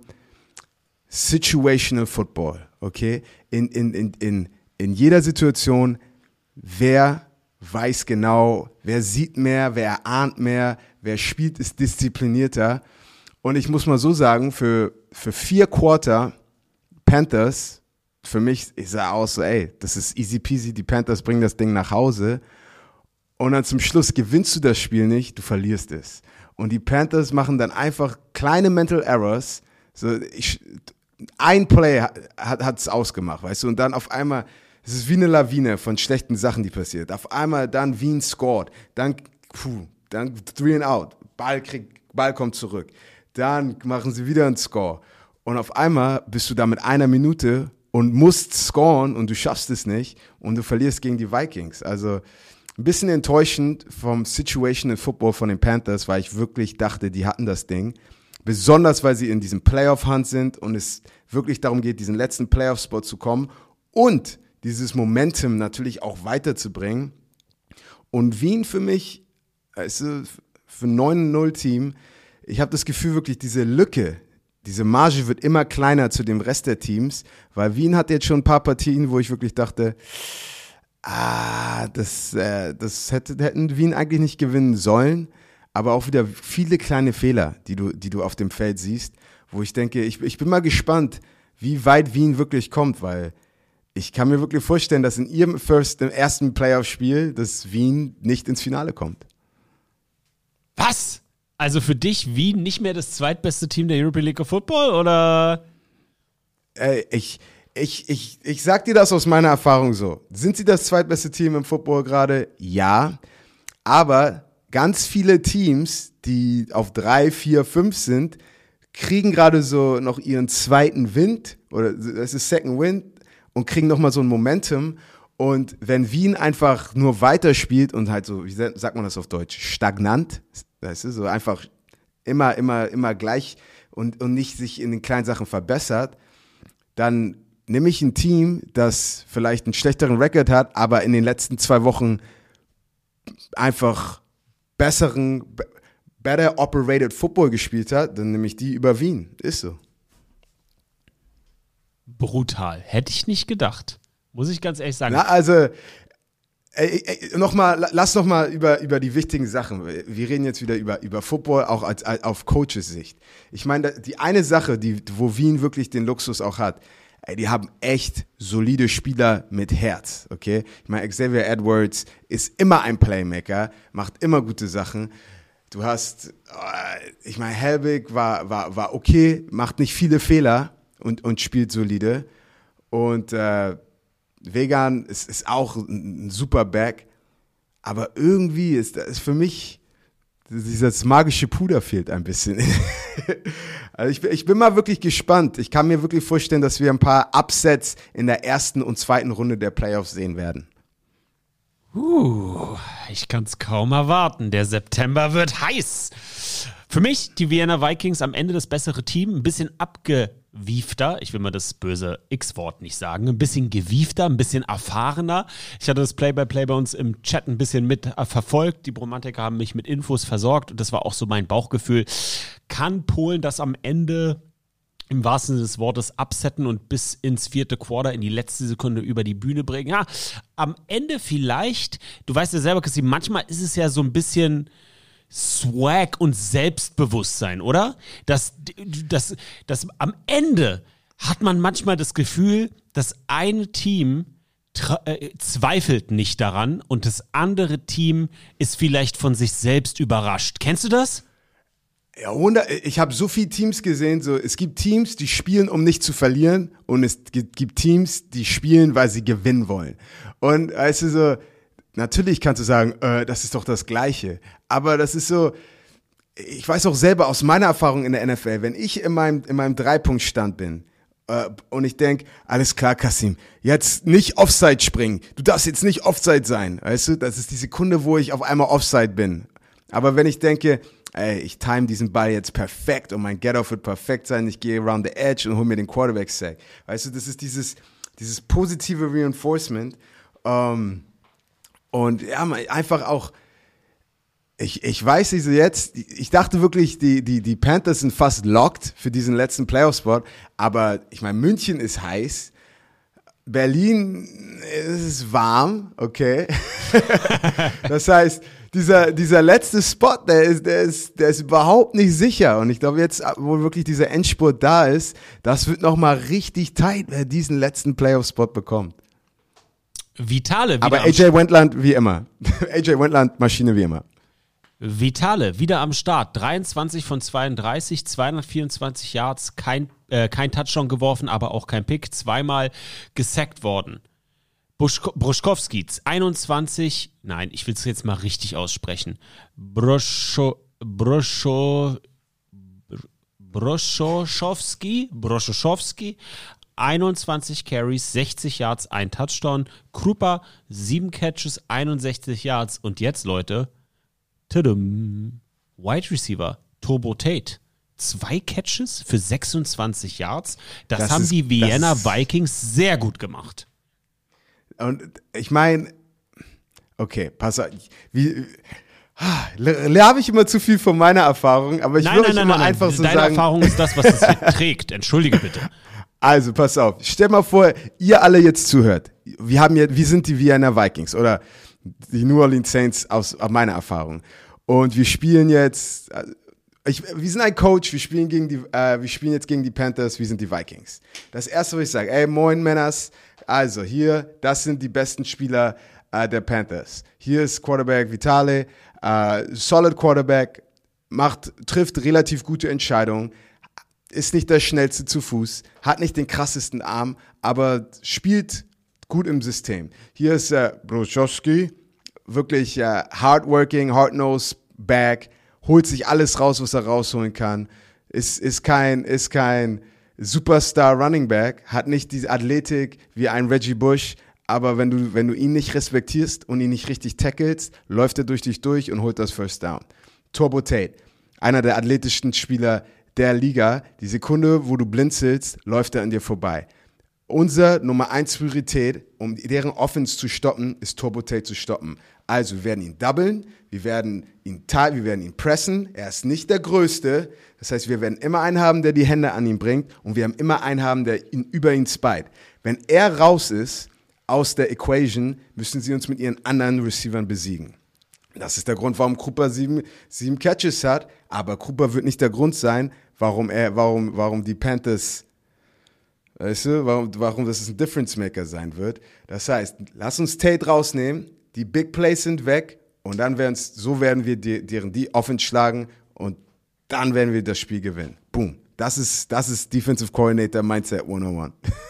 Situational Football, okay? In, in, in, in, in jeder Situation, wer weiß genau, wer sieht mehr, wer ahnt mehr, wer spielt, ist disziplinierter. Und ich muss mal so sagen, für, für vier Quarter Panthers, für mich ist er aus so, ey, das ist easy peasy, die Panthers bringen das Ding nach Hause. Und dann zum Schluss gewinnst du das Spiel nicht, du verlierst es. Und die Panthers machen dann einfach kleine Mental Errors. So, ich, ein Play hat es ausgemacht, weißt du, und dann auf einmal, es ist wie eine Lawine von schlechten Sachen, die passiert. Auf einmal dann Wien scored, dann, puh, dann three and out, Ball kriegt, Ball kommt zurück. Dann machen sie wieder einen Score. Und auf einmal bist du da mit einer Minute und musst scoren und du schaffst es nicht und du verlierst gegen die Vikings. Also ein bisschen enttäuschend vom Situational Football von den Panthers, weil ich wirklich dachte, die hatten das Ding. Besonders, weil sie in diesem Playoff-Hunt sind und es wirklich darum geht, diesen letzten Playoff-Spot zu kommen und dieses Momentum natürlich auch weiterzubringen. Und Wien für mich, also für ein neun null Team, ich habe das Gefühl wirklich, diese Lücke, diese Marge wird immer kleiner zu dem Rest der Teams, weil Wien hat jetzt schon ein paar Partien, wo ich wirklich dachte, ah, das, äh, das hätte, hätten Wien eigentlich nicht gewinnen sollen, aber auch wieder viele kleine Fehler, die du, die du auf dem Feld siehst, wo ich denke, ich, ich bin mal gespannt, wie weit Wien wirklich kommt, weil ich kann mir wirklich vorstellen, dass in ihrem First, im ersten Playoff-Spiel, dass Wien nicht ins Finale kommt. Was? Also für dich Wien nicht mehr das zweitbeste Team der European League of Football, oder? Ey, ich, ich, ich, ich sag dir das aus meiner Erfahrung so. Sind sie das zweitbeste Team im Football gerade? Ja. Aber ganz viele Teams, die auf drei, vier, fünf sind, kriegen gerade so noch ihren zweiten Wind, oder das ist Second Wind, und kriegen nochmal so ein Momentum. Und wenn Wien einfach nur weiterspielt und halt so, wie sagt man das auf Deutsch, stagnant, weißt du, so einfach immer, immer, immer gleich und, und nicht sich in den kleinen Sachen verbessert, dann nehme ich ein Team, das vielleicht einen schlechteren Rekord hat, aber in den letzten zwei Wochen einfach besseren, better operated Football gespielt hat, dann nehme ich die über Wien. Ist so. Brutal. Hätte ich nicht gedacht. Muss ich ganz ehrlich sagen. Na, also, ey, ey, noch mal, lass noch mal über, über die wichtigen Sachen. Wir reden jetzt wieder über, über Football, auch als, als, auf Coaches Sicht. Ich meine, die eine Sache, die, wo Wien wirklich den Luxus auch hat, ey, die haben echt solide Spieler mit Herz, okay? Ich meine, Xavier Edwards ist immer ein Playmaker, macht immer gute Sachen. Du hast, ich meine, Helbig war, war, war okay, macht nicht viele Fehler und, und spielt solide. Und, äh, Vegan ist, ist auch ein super Back, aber irgendwie ist das für mich, dieses magische Puder fehlt ein bisschen. Also ich, ich bin mal wirklich gespannt. Ich kann mir wirklich vorstellen, dass wir ein paar Upsets in der ersten und zweiten Runde der Playoffs sehen werden. Uh, ich kann es kaum erwarten. Der September wird heiß. Für mich die Vienna Vikings am Ende das bessere Team, ein bisschen abge gewiefter, ich will mal das böse X-Wort nicht sagen, ein bisschen gewiefter, ein bisschen erfahrener. Ich hatte das Play-by-Play bei uns im Chat ein bisschen mit äh, verfolgt. Die Bromantiker haben mich mit Infos versorgt und das war auch so mein Bauchgefühl. Kann Polen das am Ende im wahrsten Sinne des Wortes upsetten und bis ins vierte Quarter in die letzte Sekunde über die Bühne bringen? Ja, am Ende vielleicht, du weißt ja selber, Christi, manchmal ist es ja so ein bisschen Swag und Selbstbewusstsein, oder? Das, das, das, am Ende hat man manchmal das Gefühl, das eine Team tra- äh, zweifelt nicht daran und das andere Team ist vielleicht von sich selbst überrascht. Kennst du das? Ja, wunder, ich habe so viele Teams gesehen, so, es gibt Teams, die spielen, um nicht zu verlieren, und es gibt, gibt Teams, die spielen, weil sie gewinnen wollen. Und weißt du, so, natürlich kannst du sagen, äh, das ist doch das Gleiche, aber das ist so, ich weiß auch selber aus meiner Erfahrung in der N F L, wenn ich in meinem, in meinem Dreipunktstand bin äh, und ich denke, alles klar, Kasim, jetzt nicht Offside springen, du darfst jetzt nicht Offside sein, weißt du, das ist die Sekunde, wo ich auf einmal Offside bin. Aber wenn ich denke, ey, ich time diesen Ball jetzt perfekt und mein Get-Off wird perfekt sein, ich gehe around the edge und hole mir den Quarterback-Sack. Weißt du, das ist dieses, dieses positive Reinforcement. Ähm, und ja, einfach auch, ich, ich weiß nicht so jetzt, ich dachte wirklich, die, die, die Panthers sind fast locked für diesen letzten Playoff-Spot, aber ich meine, München ist heiß, Berlin ist warm, okay. Das heißt, Dieser, dieser letzte Spot, der ist, der ist, der ist überhaupt nicht sicher. Und ich glaube jetzt, wo wirklich dieser Endspurt da ist, das wird nochmal richtig tight, wer diesen letzten Playoff-Spot bekommt. Vitale wieder Aber A J Wendland wie immer. A J Wendland, Maschine wie immer. Vitale wieder am Start. dreiundzwanzig von zweiunddreißig, zweihundertvierundzwanzig Yards, kein, äh, kein Touchdown geworfen, aber auch kein Pick. Zweimal gesackt worden. Bruschkowski, einundzwanzig, nein, ich will es jetzt mal richtig aussprechen. Broscho, Broscho, Broschoschowski, Broschoschowski, einundzwanzig Carries, sechzig Yards, ein Touchdown. Krupa, sieben Catches, einundsechzig Yards. Und jetzt, Leute, tadam, Wide Receiver, Turbo Tate. Zwei Catches für sechsundzwanzig Yards. Das, das haben ist, die Vienna Vikings sehr gut gemacht. Und ich meine, okay, pass auf, wie, habe ich immer zu viel von meiner Erfahrung, aber ich nein, will nein, euch nein, immer nein, einfach nein. so Deine sagen. Deine Erfahrung ist das, was es hier trägt. Entschuldige bitte. Also, pass auf, stell mal vor, ihr alle jetzt zuhört. Wir haben jetzt, wir sind die Vienna Vikings oder die New Orleans Saints aus, aus meiner Erfahrung. Und wir spielen jetzt, ich, wir sind ein Coach, wir spielen gegen die, äh, wir spielen jetzt gegen die Panthers, wir sind die Vikings. Das erste, was ich sage, ey, moin Männers, also hier, das sind die besten Spieler äh, der Panthers. Hier ist Quarterback Vitale, äh, solid Quarterback, macht, trifft relativ gute Entscheidungen, ist nicht der schnellste zu Fuß, hat nicht den krassesten Arm, aber spielt gut im System. Hier ist äh, Bruschowski, wirklich äh, hardworking, hard-nosed back, holt sich alles raus, was er rausholen kann, ist, ist kein, ist kein Superstar Running Back, hat nicht diese Athletik wie ein Reggie Bush, aber wenn du, wenn du ihn nicht respektierst und ihn nicht richtig tackelst, läuft er durch dich durch und holt das First Down. Turbo Tate, einer der athletischsten Spieler der Liga. Die Sekunde, wo du blinzelst, läuft er an dir vorbei. Unsere Nummer eins Priorität, um deren Offense zu stoppen, ist Turbo Tate zu stoppen. Also wir werden ihn doublen, wir werden ihn, wir werden ihn pressen. Er ist nicht der Größte. Das heißt, wir werden immer einen haben, der die Hände an ihn bringt, und wir haben immer einen haben, der ihn, über ihn speit. Wenn er raus ist aus der Equation, müssen sie uns mit ihren anderen Receivern besiegen. Das ist der Grund, warum Krupa sieben, sieben Catches hat. Aber Krupa wird nicht der Grund sein, warum er, warum, warum die Panthers, weißt du, warum, warum das ein Difference Maker sein wird. Das heißt, lass uns Tate rausnehmen, die Big Plays sind weg, und dann werden so werden wir die, deren die Offense schlagen, und dann werden wir das Spiel gewinnen. Boom. Das ist, das ist Defensive Coordinator Mindset hundertundeins.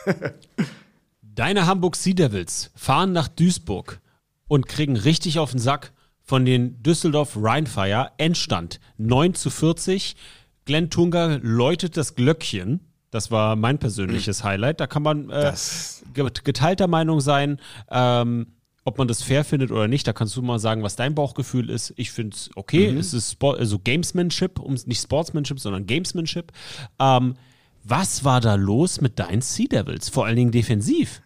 Deine Hamburg Sea Devils fahren nach Duisburg und kriegen richtig auf den Sack von den Düsseldorf Rheinfire. Endstand neun zu vierzig. Glenn Tunga läutet das Glöckchen. Das war mein persönliches Highlight. Da kann man äh, geteilter Meinung sein, ähm, ob man das fair findet oder nicht. Da kannst du mal sagen, was dein Bauchgefühl ist. Ich finde es okay. Mhm. Es ist Sport, also Gamesmanship, um, nicht Sportsmanship, sondern Gamesmanship. Ähm, Was war da los mit deinen Sea Devils? Vor allen Dingen defensiv.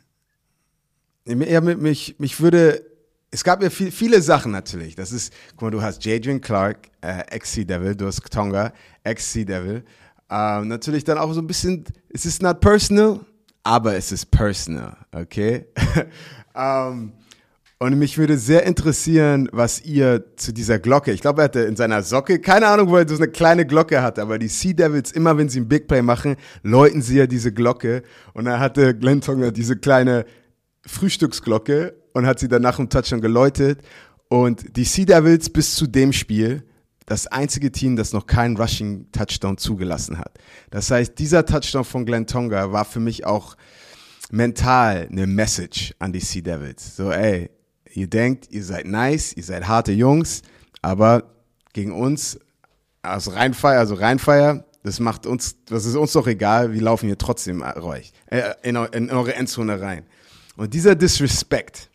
Ja, mich, mich würde, es gab ja viel, viele Sachen natürlich. Das ist, guck mal, du hast Jadrian Clark, äh, Ex-Sea Devil, du hast Tonga, Ex-Sea Devil. Ähm, natürlich dann auch so ein bisschen, es ist not personal, aber es ist personal, okay? ähm, und mich würde sehr interessieren, was ihr zu dieser Glocke, ich glaube, er hatte in seiner Socke, keine Ahnung, wo er so eine kleine Glocke hatte, aber die Sea Devils, immer wenn sie einen Big Play machen, läuten sie ja diese Glocke. Und dann hatte Glenn Tonga diese kleine Frühstücksglocke und hat sie dann nach dem Touchdown geläutet. Und die Sea Devils bis zu dem Spiel das einzige Team, das noch keinen Rushing-Touchdown zugelassen hat. Das heißt, dieser Touchdown von Glenn Tonga war für mich auch mental eine Message an die Sea Devils. So, ey, ihr denkt, ihr seid nice, ihr seid harte Jungs, aber gegen uns, also Rheinfire, also Rheinfire, das macht uns, das ist uns doch egal, wir laufen hier trotzdem euch, äh, in, in eure Endzone rein. Und dieser Disrespect,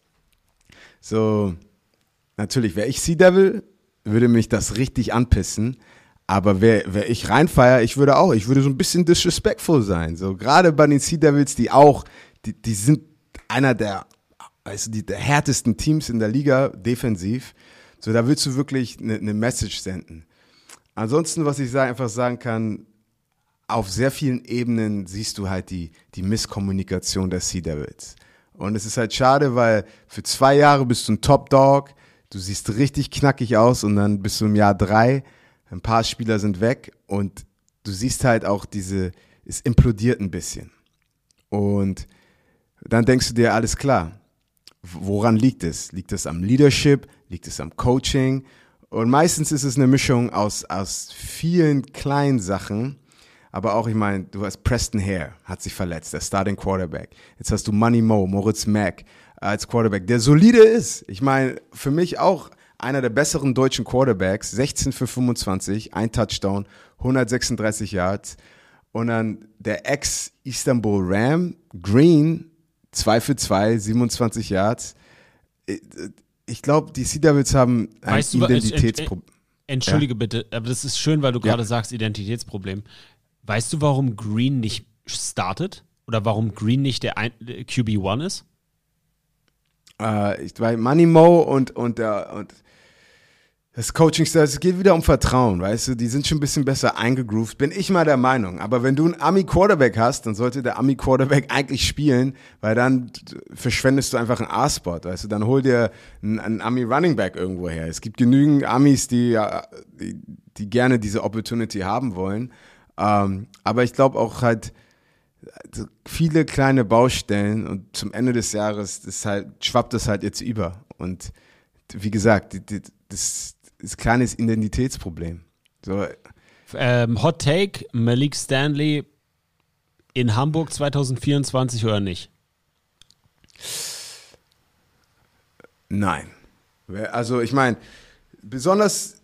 so, natürlich wäre ich Sea Devil, würde mich das richtig anpissen, aber wäre wär ich Rheinfire, ich würde auch, ich würde so ein bisschen disrespectful sein, so, gerade bei den Sea Devils, die auch, die, die sind einer der weißt du, die der härtesten Teams in der Liga, defensiv. So, da willst du wirklich eine ne Message senden. Ansonsten, was ich sagen, einfach sagen kann, auf sehr vielen Ebenen siehst du halt die, die Misskommunikation der Sea Devils. Und es ist halt schade, weil für zwei Jahre bist du ein Top-Dog, du siehst richtig knackig aus und dann bist du im Jahr drei, ein paar Spieler sind weg und du siehst halt auch diese, es implodiert ein bisschen. Und dann denkst du dir, alles klar, woran liegt es? Liegt es am Leadership? Liegt es am Coaching? Und meistens ist es eine Mischung aus, aus vielen kleinen Sachen. Aber auch, ich meine, du hast Preston Hare, hat sich verletzt, der Starting Quarterback. Jetzt hast du Money Mo, Moritz Mack als Quarterback, der solide ist. Ich meine, für mich auch einer der besseren deutschen Quarterbacks, sechzehn für fünfundzwanzig, ein Touchdown, hundertsechsunddreißig Yards. Und dann der Ex-Istanbul Ram, Green, zwei für zwei, siebenundzwanzig Yards. Ich glaube, die Sea Devils haben ein weißt du, Identitätsproblem. Entschuldige ja. bitte, aber das ist schön, weil du gerade ja. sagst, Identitätsproblem. Weißt du, warum Green nicht startet? Oder warum Green nicht der Q B eins ist? Äh, ich weiß, Money Mo und, und, der, und das Coaching, es geht wieder um Vertrauen, weißt du, die sind schon ein bisschen besser eingegroovt, bin ich mal der Meinung. Aber wenn du einen Ami-Quarterback hast, dann sollte der Ami-Quarterback eigentlich spielen, weil dann verschwendest du einfach einen A-Spot, weißt du, dann hol dir einen, einen Ami-Running-Back irgendwo her. Es gibt genügend Amis, die, die, die gerne diese Opportunity haben wollen. Ähm, aber ich glaube auch halt, viele kleine Baustellen und zum Ende des Jahres das halt, schwappt das halt jetzt über. Und wie gesagt, die, die, das ist ein kleines Identitätsproblem. So. Ähm, Hot Take, Malik Stanley in Hamburg zwanzig vierundzwanzig oder nicht? Nein. Also ich meine, besonders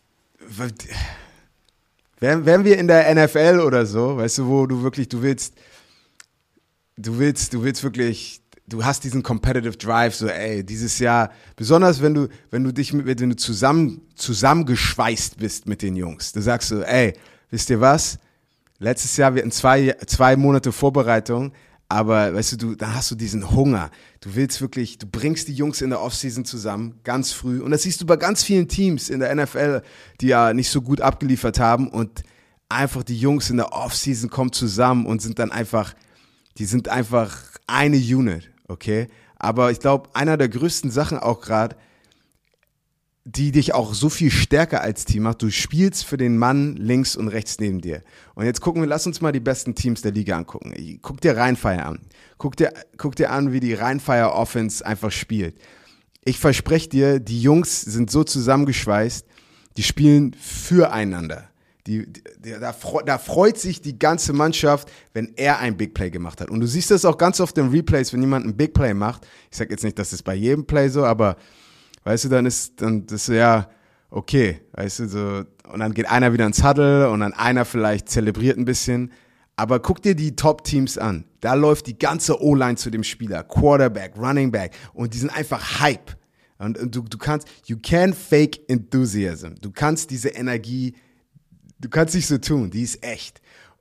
wären wir in der N F L oder so, weißt du, wo du wirklich, du willst, du willst, du willst wirklich, du hast diesen competitive Drive, so ey, dieses Jahr, besonders wenn du, wenn du dich mit, wenn du zusammen, zusammengeschweißt bist mit den Jungs, du sagst so, ey, wisst ihr was? Letztes Jahr, wir hatten zwei, zwei Monate Vorbereitung, aber weißt du, du, da hast du diesen Hunger. Du willst wirklich, du bringst die Jungs in der Offseason zusammen, ganz früh. Und das siehst du bei ganz vielen Teams in der N F L, die ja nicht so gut abgeliefert haben. Und einfach die Jungs in der Offseason kommen zusammen und sind dann einfach, die sind einfach eine Unit, okay? Aber ich glaube, einer der größten Sachen auch gerade, die dich auch so viel stärker als Team macht, du spielst für den Mann links und rechts neben dir. Und jetzt gucken wir, lass uns mal die besten Teams der Liga angucken. Guck dir Rheinfire an. Guck dir, guck dir an, wie die Rheinfire Offense einfach spielt. Ich verspreche dir, die Jungs sind so zusammengeschweißt, die spielen füreinander. Die, die, da, da freut sich die ganze Mannschaft, wenn er ein Big Play gemacht hat. Und du siehst das auch ganz oft in Replays, wenn jemand ein Big Play macht. Ich sag jetzt nicht, das ist bei jedem Play so, aber weißt du, dann ist dann das ist ja okay, weißt du, so, und dann geht einer wieder ins Huddle und dann einer vielleicht zelebriert ein bisschen, aber guck dir die Top-Teams an, da läuft die ganze O-Line zu dem Spieler, Quarterback, Running Back, und die sind einfach Hype, und, und du, du kannst, you can't fake enthusiasm, du kannst diese Energie, du kannst nicht so tun, die ist echt,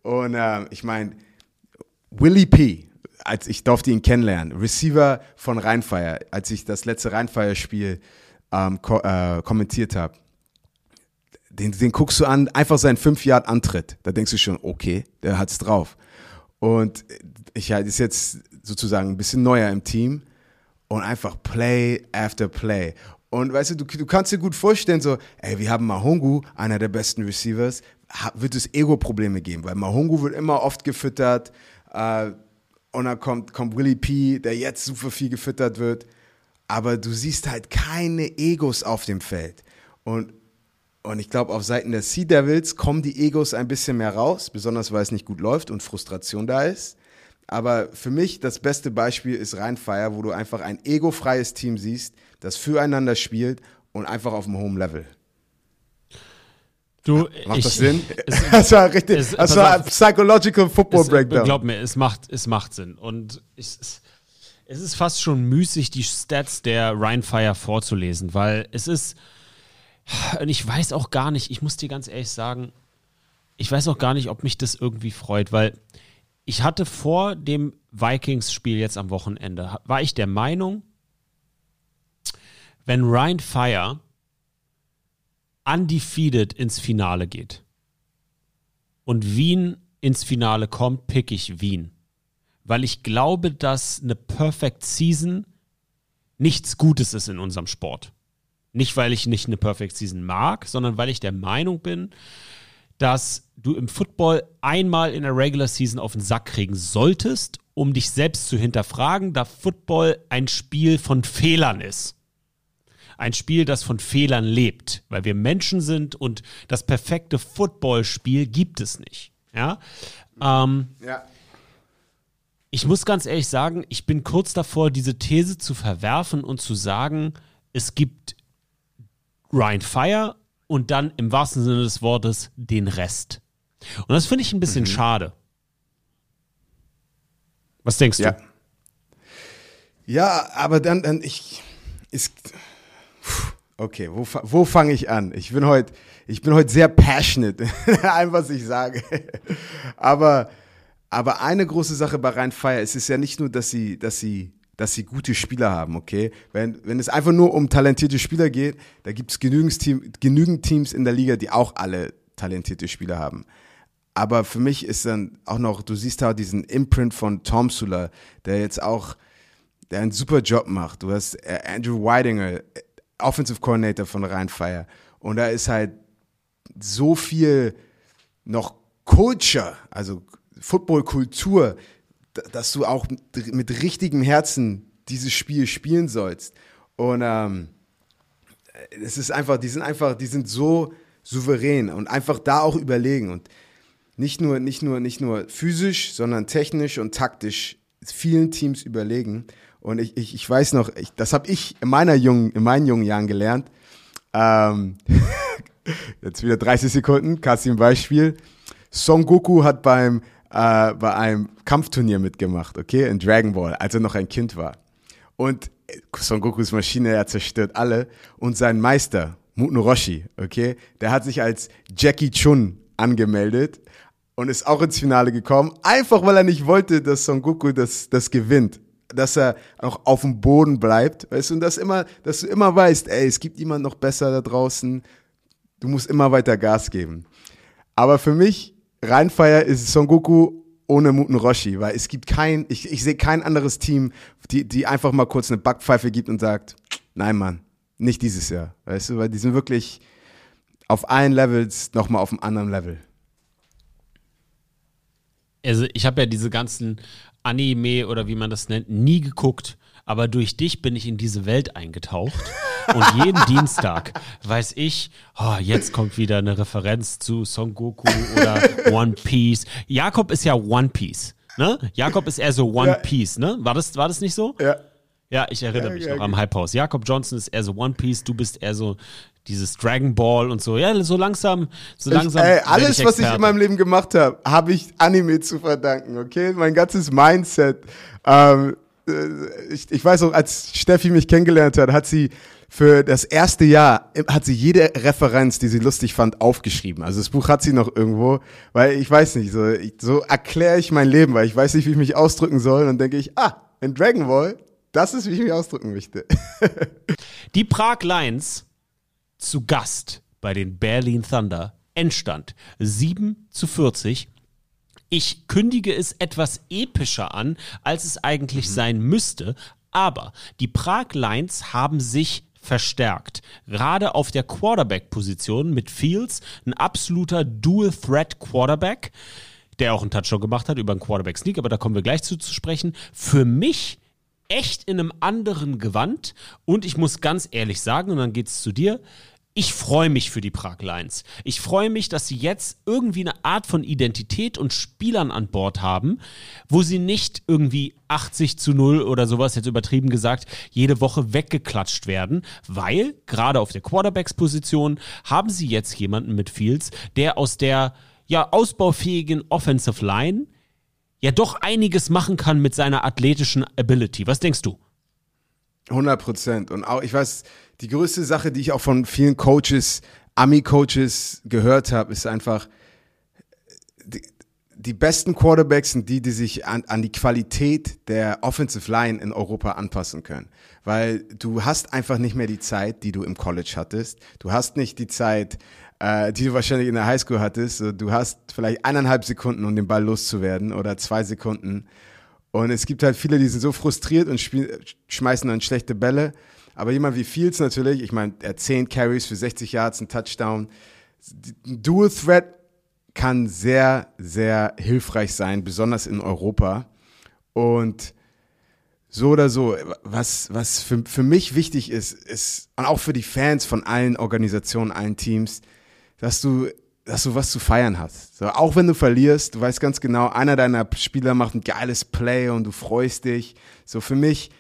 Und ähm, ich meine, Willie P., als ich durfte ihn kennenlernen, Receiver von Rheinfire, als ich das letzte Rheinfire-Spiel ähm, ko- äh, kommentiert habe, den, den guckst du an, einfach seinen fünf Yard Antritt. Da denkst du schon, okay, der hat's drauf. Und ich halt ist jetzt sozusagen ein bisschen neuer im Team und einfach Play after Play. Und weißt du, du, du kannst dir gut vorstellen, so, ey, wir haben Mahongu, einer der besten Receivers, ha, wird es Ego-Probleme geben, weil Mahongu wird immer oft gefüttert, äh, und dann kommt, kommt Willie P., der jetzt super viel gefüttert wird. Aber du siehst halt keine Egos auf dem Feld. Und, und ich glaube, auf Seiten der Sea Devils kommen die Egos ein bisschen mehr raus, besonders weil es nicht gut läuft und Frustration da ist. Aber für mich das beste Beispiel ist Rheinfire, wo du einfach ein egofreies Team siehst, das füreinander spielt und einfach auf dem hohen Level. Du, macht ich, das Sinn? Es, das war richtig, es, das war ein Psychological Football es, Breakdown. Glaub mir, es macht, es macht Sinn. Und es, es, es ist fast schon müßig, die Stats der Rheinfire vorzulesen, weil es ist, und ich weiß auch gar nicht, ich muss dir ganz ehrlich sagen, ich weiß auch gar nicht, ob mich das irgendwie freut, weil ich hatte vor dem Vikings-Spiel jetzt am Wochenende, war ich der Meinung, wenn Rheinfire undefeated ins Finale geht und Wien ins Finale kommt, pick ich Wien. Weil ich glaube, dass eine Perfect Season nichts Gutes ist in unserem Sport. Nicht, weil ich nicht eine Perfect Season mag, sondern weil ich der Meinung bin, dass du im Football einmal in der Regular Season auf den Sack kriegen solltest, um dich selbst zu hinterfragen, da Football ein Spiel von Fehlern ist. Ein Spiel, das von Fehlern lebt, weil wir Menschen sind und das perfekte Footballspiel gibt es nicht. Ja? Ähm, ja. Ich muss ganz ehrlich sagen, ich bin kurz davor, diese These zu verwerfen und zu sagen, es gibt Rheinfire und dann im wahrsten Sinne des Wortes den Rest. Und das finde ich ein bisschen mhm. schade. Was denkst du? Ja, ja aber dann, dann ich, ist, okay, wo, wo fange ich an? Ich bin heute, ich bin heute sehr passionate in allem, was ich sage. Aber, aber eine große Sache bei Rheinfire, es ist ja nicht nur, dass sie, dass sie, dass sie gute Spieler haben, okay? Wenn, wenn es einfach nur um talentierte Spieler geht, da gibt es genügend, Team, genügend Teams in der Liga, die auch alle talentierte Spieler haben. Aber für mich ist dann auch noch, du siehst halt diesen Imprint von Tom Sula, der jetzt auch, der einen super Job macht. Du hast Andrew Weidinger, Offensive Coordinator von Rheinfire. Und da ist halt so viel noch Culture, also Football-Kultur, dass du auch mit richtigem Herzen dieses Spiel spielen sollst. Und ähm, es ist einfach, die sind einfach, die sind so souverän und einfach da auch überlegen. Und nicht nur, nicht nur, nicht nur physisch, sondern technisch und taktisch vielen Teams überlegen. Und ich, ich, ich weiß noch, ich, das habe ich in meiner jungen, in meinen jungen Jahren gelernt. Ähm, jetzt wieder dreißig Sekunden, Kasim Beispiel. Son Goku hat beim äh, bei einem Kampfturnier mitgemacht, okay, in Dragon Ball, als er noch ein Kind war. Und Son Gokus Maschine, er zerstört alle. Und sein Meister, Muten Roshi, okay, der hat sich als Jackie Chun angemeldet und ist auch ins Finale gekommen, einfach weil er nicht wollte, dass Son Goku das, das gewinnt. Dass er auch auf dem Boden bleibt, weißt du, und dass immer, dass du immer weißt, ey, es gibt jemand noch besser da draußen, du musst immer weiter Gas geben. Aber für mich, Rheinfire ist Son Goku ohne Muten Roshi, weil es gibt kein, ich, ich sehe kein anderes Team, die, die einfach mal kurz eine Backpfeife gibt und sagt, nein, Mann, nicht dieses Jahr, weißt du, weil die sind wirklich auf allen Levels nochmal auf einem anderen Level. Also ich habe ja diese ganzen Anime oder wie man das nennt, nie geguckt, aber durch dich bin ich in diese Welt eingetaucht und jeden Dienstag weiß ich, oh, jetzt kommt wieder eine Referenz zu Son Goku oder One Piece. Jakob ist ja One Piece, ne? Jakob ist eher so One ja. Piece, ne? War das, war das nicht so? Ja. Ja, ich erinnere ja, mich ja, noch am Hype House. Jakob Johnson ist eher so One Piece, du bist eher so dieses Dragon Ball und so. Ja, so langsam, so langsam. Ich, ey, alles, ich was ich in meinem Leben gemacht habe, habe ich Anime zu verdanken, okay? Mein ganzes Mindset. Ähm, äh, ich, ich weiß auch, als Steffi mich kennengelernt hat, hat sie für das erste Jahr, hat sie jede Referenz, die sie lustig fand, aufgeschrieben. Also das Buch hat sie noch irgendwo, weil ich weiß nicht, so, ich, so erkläre ich mein Leben, weil ich weiß nicht, wie ich mich ausdrücken soll. Und dann denke ich, ah, in Dragon Ball, das ist, wie ich mich ausdrücken möchte. Die Prag Lions zu Gast bei den Berlin Thunder. Endstand sieben zu vierzig. Ich kündige es etwas epischer an, als es eigentlich mhm. sein müsste, aber die Prag Lions haben sich verstärkt. Gerade auf der Quarterback-Position mit Fields, ein absoluter Dual-Threat-Quarterback, der auch einen Touchdown gemacht hat über einen Quarterback-Sneak, aber da kommen wir gleich zu, zu sprechen. Für mich echt in einem anderen Gewand und ich muss ganz ehrlich sagen, und dann geht's zu dir, ich freue mich für die Prag Lions. Ich freue mich, dass sie jetzt irgendwie eine Art von Identität und Spielern an Bord haben, wo sie nicht irgendwie achtzig zu null oder sowas, jetzt übertrieben gesagt, jede Woche weggeklatscht werden, weil gerade auf der Quarterbacks-Position haben sie jetzt jemanden mit Fields, der aus der ja ausbaufähigen Offensive Line ja doch einiges machen kann mit seiner athletischen Ability. Was denkst du? hundert Prozent. Und auch, ich weiß, die größte Sache, die ich auch von vielen Coaches, Ami-Coaches gehört habe, ist einfach, die, die besten Quarterbacks sind die, die sich an, an die Qualität der Offensive Line in Europa anpassen können. Weil du hast einfach nicht mehr die Zeit, die du im College hattest. Du hast nicht die Zeit, äh, die du wahrscheinlich in der Highschool hattest. Du hast vielleicht eineinhalb Sekunden, um den Ball loszuwerden oder zwei Sekunden. Und es gibt halt viele, die sind so frustriert und spiel, schmeißen dann schlechte Bälle. Aber jemand wie Fields natürlich, ich meine, er hat zehn Carries für sechzig Yards, ein Touchdown. Dual Threat kann sehr, sehr hilfreich sein, besonders in Europa. Und so oder so, was, was für, für mich wichtig ist, ist, und auch für die Fans von allen Organisationen, allen Teams, dass du dass du was zu feiern hast. So, auch wenn du verlierst, du weißt ganz genau, einer deiner Spieler macht ein geiles Play und du freust dich. So für mich,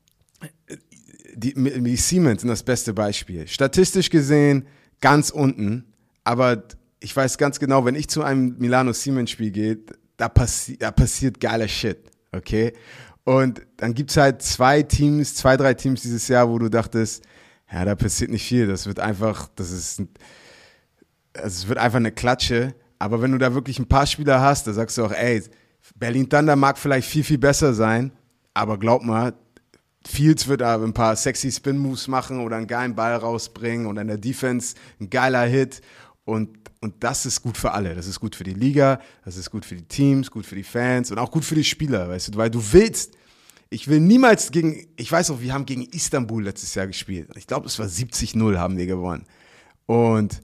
die, die Siemens sind das beste Beispiel. Statistisch gesehen ganz unten, aber ich weiß ganz genau, wenn ich zu einem Milano Siemens Spiel gehe, da, passi- da passiert geiler Shit, okay? Und dann gibt's halt zwei Teams, zwei, drei Teams dieses Jahr, wo du dachtest, ja, da passiert nicht viel, das wird einfach, das ist ein Also es wird einfach eine Klatsche, aber wenn du da wirklich ein paar Spieler hast, da sagst du auch, ey, Berlin Thunder mag vielleicht viel, viel besser sein, aber glaub mal, Fields wird da ein paar sexy Spin-Moves machen oder einen geilen Ball rausbringen und in der Defense ein geiler Hit und, und das ist gut für alle. Das ist gut für die Liga, das ist gut für die Teams, gut für die Fans und auch gut für die Spieler, weißt du, weil du willst, ich will niemals gegen, ich weiß auch, wir haben gegen Istanbul letztes Jahr gespielt. Ich glaube, es war siebzig null haben wir gewonnen und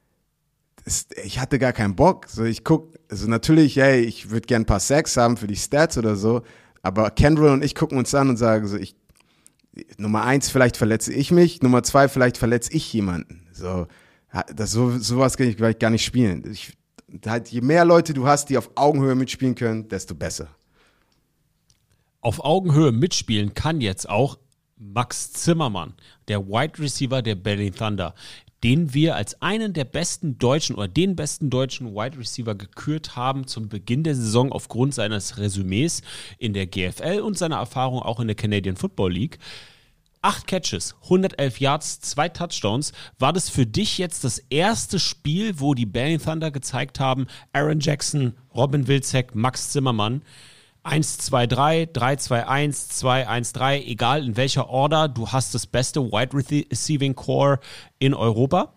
ich hatte gar keinen Bock. So, ich guck, also natürlich, hey, ich würde gern ein paar Sacks haben für die Stats oder so, aber Kendall und ich gucken uns an und sagen so, ich, Nummer eins, vielleicht verletze ich mich, Nummer zwei, vielleicht verletze ich jemanden. So, das, so, sowas kann ich vielleicht gar nicht spielen. Ich, halt, je mehr Leute du hast, die auf Augenhöhe mitspielen können, desto besser. Auf Augenhöhe mitspielen kann jetzt auch Max Zimmermann, der Wide Receiver der Berlin Thunder, den wir als einen der besten deutschen oder den besten deutschen Wide Receiver gekürt haben zum Beginn der Saison aufgrund seines Resümees in der G F L und seiner Erfahrung auch in der Canadian Football League. Acht Catches, hundertelf Yards, zwei Touchdowns. War das für dich jetzt das erste Spiel, wo die Berlin Thunder gezeigt haben, Aaron Jackson, Robin Wilczek, Max Zimmermann, eins, zwei, drei, drei, zwei, eins, zwei, eins, drei, egal in welcher Order, du hast das beste Wide Receiving Core in Europa?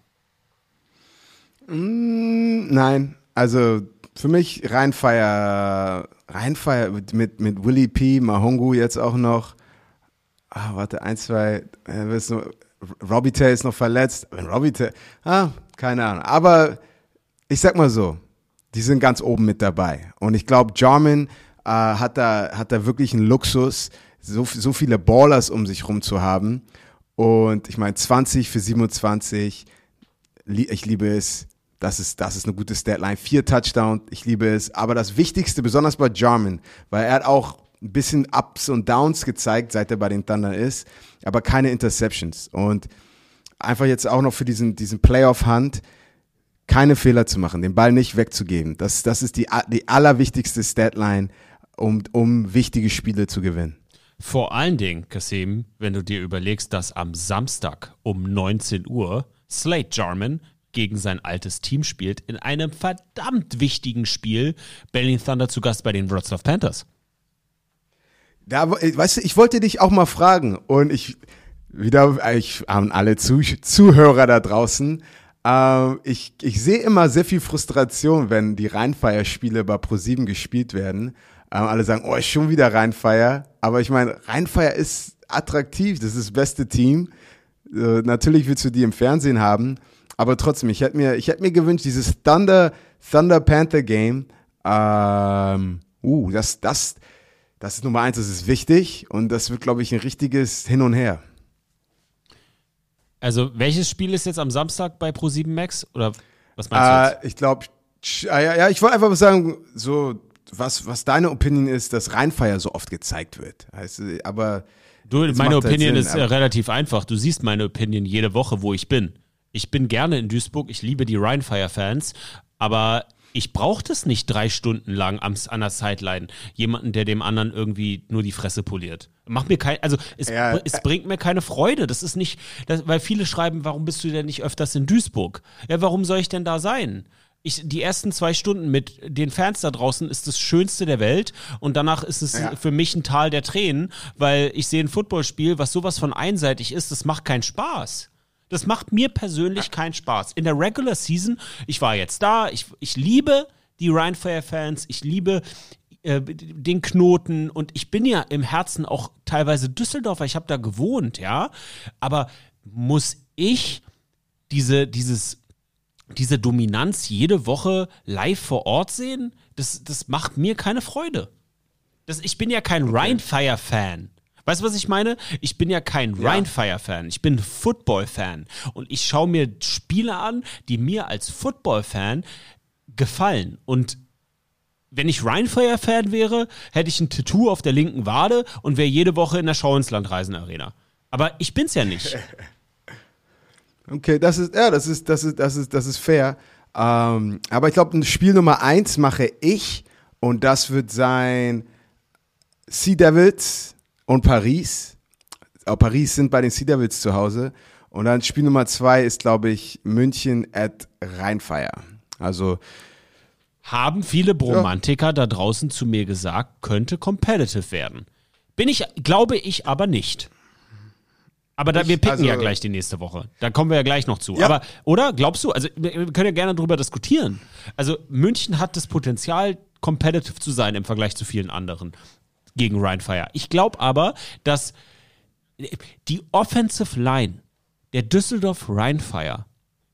Mm, nein, also für mich Rheinfire, Rheinfire mit, mit, mit Willie P, Mahongu jetzt auch noch. Ah, warte, eins, zwei, äh, noch, Robitaille ist noch verletzt. Wenn Robitaille, ah, keine Ahnung. Aber ich sag mal so, die sind ganz oben mit dabei. Und ich glaube, Jarman äh, hat da hat da wirklich einen Luxus, so, so viele Ballers um sich rum zu haben. Und ich meine, zwanzig für siebenundzwanzig, ich liebe es. Das ist, das ist eine gute Statline. Vier Touchdowns, ich liebe es. Aber das Wichtigste, besonders bei Jarman, weil er hat auch ein bisschen Ups und Downs gezeigt, seit er bei den Thunder ist, aber keine Interceptions. Und einfach jetzt auch noch für diesen, diesen Playoff-Hunt keine Fehler zu machen, den Ball nicht wegzugeben. Das, das ist die, die allerwichtigste Statline, um, um wichtige Spiele zu gewinnen. Vor allen Dingen, Kasim, wenn du dir überlegst, dass am Samstag um neunzehn Uhr Slade Jarman gegen sein altes Team spielt, in einem verdammt wichtigen Spiel, Berlin Thunder zu Gast bei den Wrocław Panthers. Da, weißt du, ich wollte dich auch mal fragen und ich, wieder, ich an alle Zuh- Zuhörer da draußen, äh, ich, ich sehe immer sehr viel Frustration, wenn die Rheinfire-Spiele bei ProSieben gespielt werden. Ähm, alle sagen, oh, schon wieder Rheinfire. Aber ich meine, Rheinfire ist attraktiv, das ist das beste Team. Äh, natürlich willst du die im Fernsehen haben, aber trotzdem, ich hätte mir, ich hätte mir gewünscht, dieses Thunder, Thunder Panther Game, ähm, uh, das, das, das ist Nummer eins, das ist wichtig und das wird, glaube ich, ein richtiges Hin und Her. Also, welches Spiel ist jetzt am Samstag bei ProSieben Max? Oder was meinst du jetzt? Äh, ich glaube, ja, ja, ich wollte einfach mal sagen, so, was, was deine Opinion ist, dass Rheinfire so oft gezeigt wird. Heißt, aber Du, das meine macht halt Opinion Sinn, ist äh, aber- relativ einfach. Du siehst meine Opinion jede Woche, wo ich bin. Ich bin gerne in Duisburg, ich liebe die Rheinfire-Fans, aber ich brauche das nicht drei Stunden lang am, an der Sideline. Jemanden, der dem anderen irgendwie nur die Fresse poliert. Macht mir kein, also es, Ja, es bringt mir keine Freude. Das ist nicht, das, weil viele schreiben, warum bist du denn nicht öfters in Duisburg? Ja, warum soll ich denn da sein? Ich, die ersten zwei Stunden mit den Fans da draußen ist das Schönste der Welt und danach ist es Ja. für mich ein Tal der Tränen, weil ich sehe ein Footballspiel, was sowas von einseitig ist, das macht keinen Spaß. Das macht mir persönlich keinen Spaß. In der Regular Season, ich war jetzt da, ich, ich liebe die Rheinfire-Fans, ich liebe äh, den Knoten und ich bin ja im Herzen auch teilweise Düsseldorfer, ich habe da gewohnt, ja, aber muss ich diese, dieses diese Dominanz jede Woche live vor Ort sehen, das, das macht mir keine Freude. Das, ich bin ja kein okay. Rheinfire-Fan. Weißt du, was ich meine? Ich bin ja kein Ja. Rheinfire-Fan. Ich bin Football-Fan. Und ich schaue mir Spiele an, die mir als Football-Fan gefallen. Und wenn ich Rheinfire-Fan wäre, hätte ich ein Tattoo auf der linken Wade und wäre jede Woche in der Schauinsland-Reisen-Arena. Aber ich bin's ja nicht. Okay, das ist, ja, das ist, das ist, das ist, das ist fair. Ähm, aber ich glaube, ein Spiel Nummer eins mache ich und das wird sein Sea Devils und Paris. Auch Paris sind bei den Sea Devils zu Hause. Und dann Spiel Nummer zwei ist, glaube ich, München at Rheinfire. Also Haben viele Bromantiker da draußen zu mir gesagt, könnte competitive werden. Bin ich, glaube ich aber nicht. Aber da, Ich- wir picken also- ja gleich die nächste Woche. Da kommen wir ja gleich noch zu. Ja. Aber, oder? Glaubst du? Also, wir wir können ja gerne drüber diskutieren. Also, München hat das Potenzial, competitive zu sein im Vergleich zu vielen anderen gegen Rheinfire. Ich glaube aber, dass die Offensive Line der Düsseldorf Rheinfire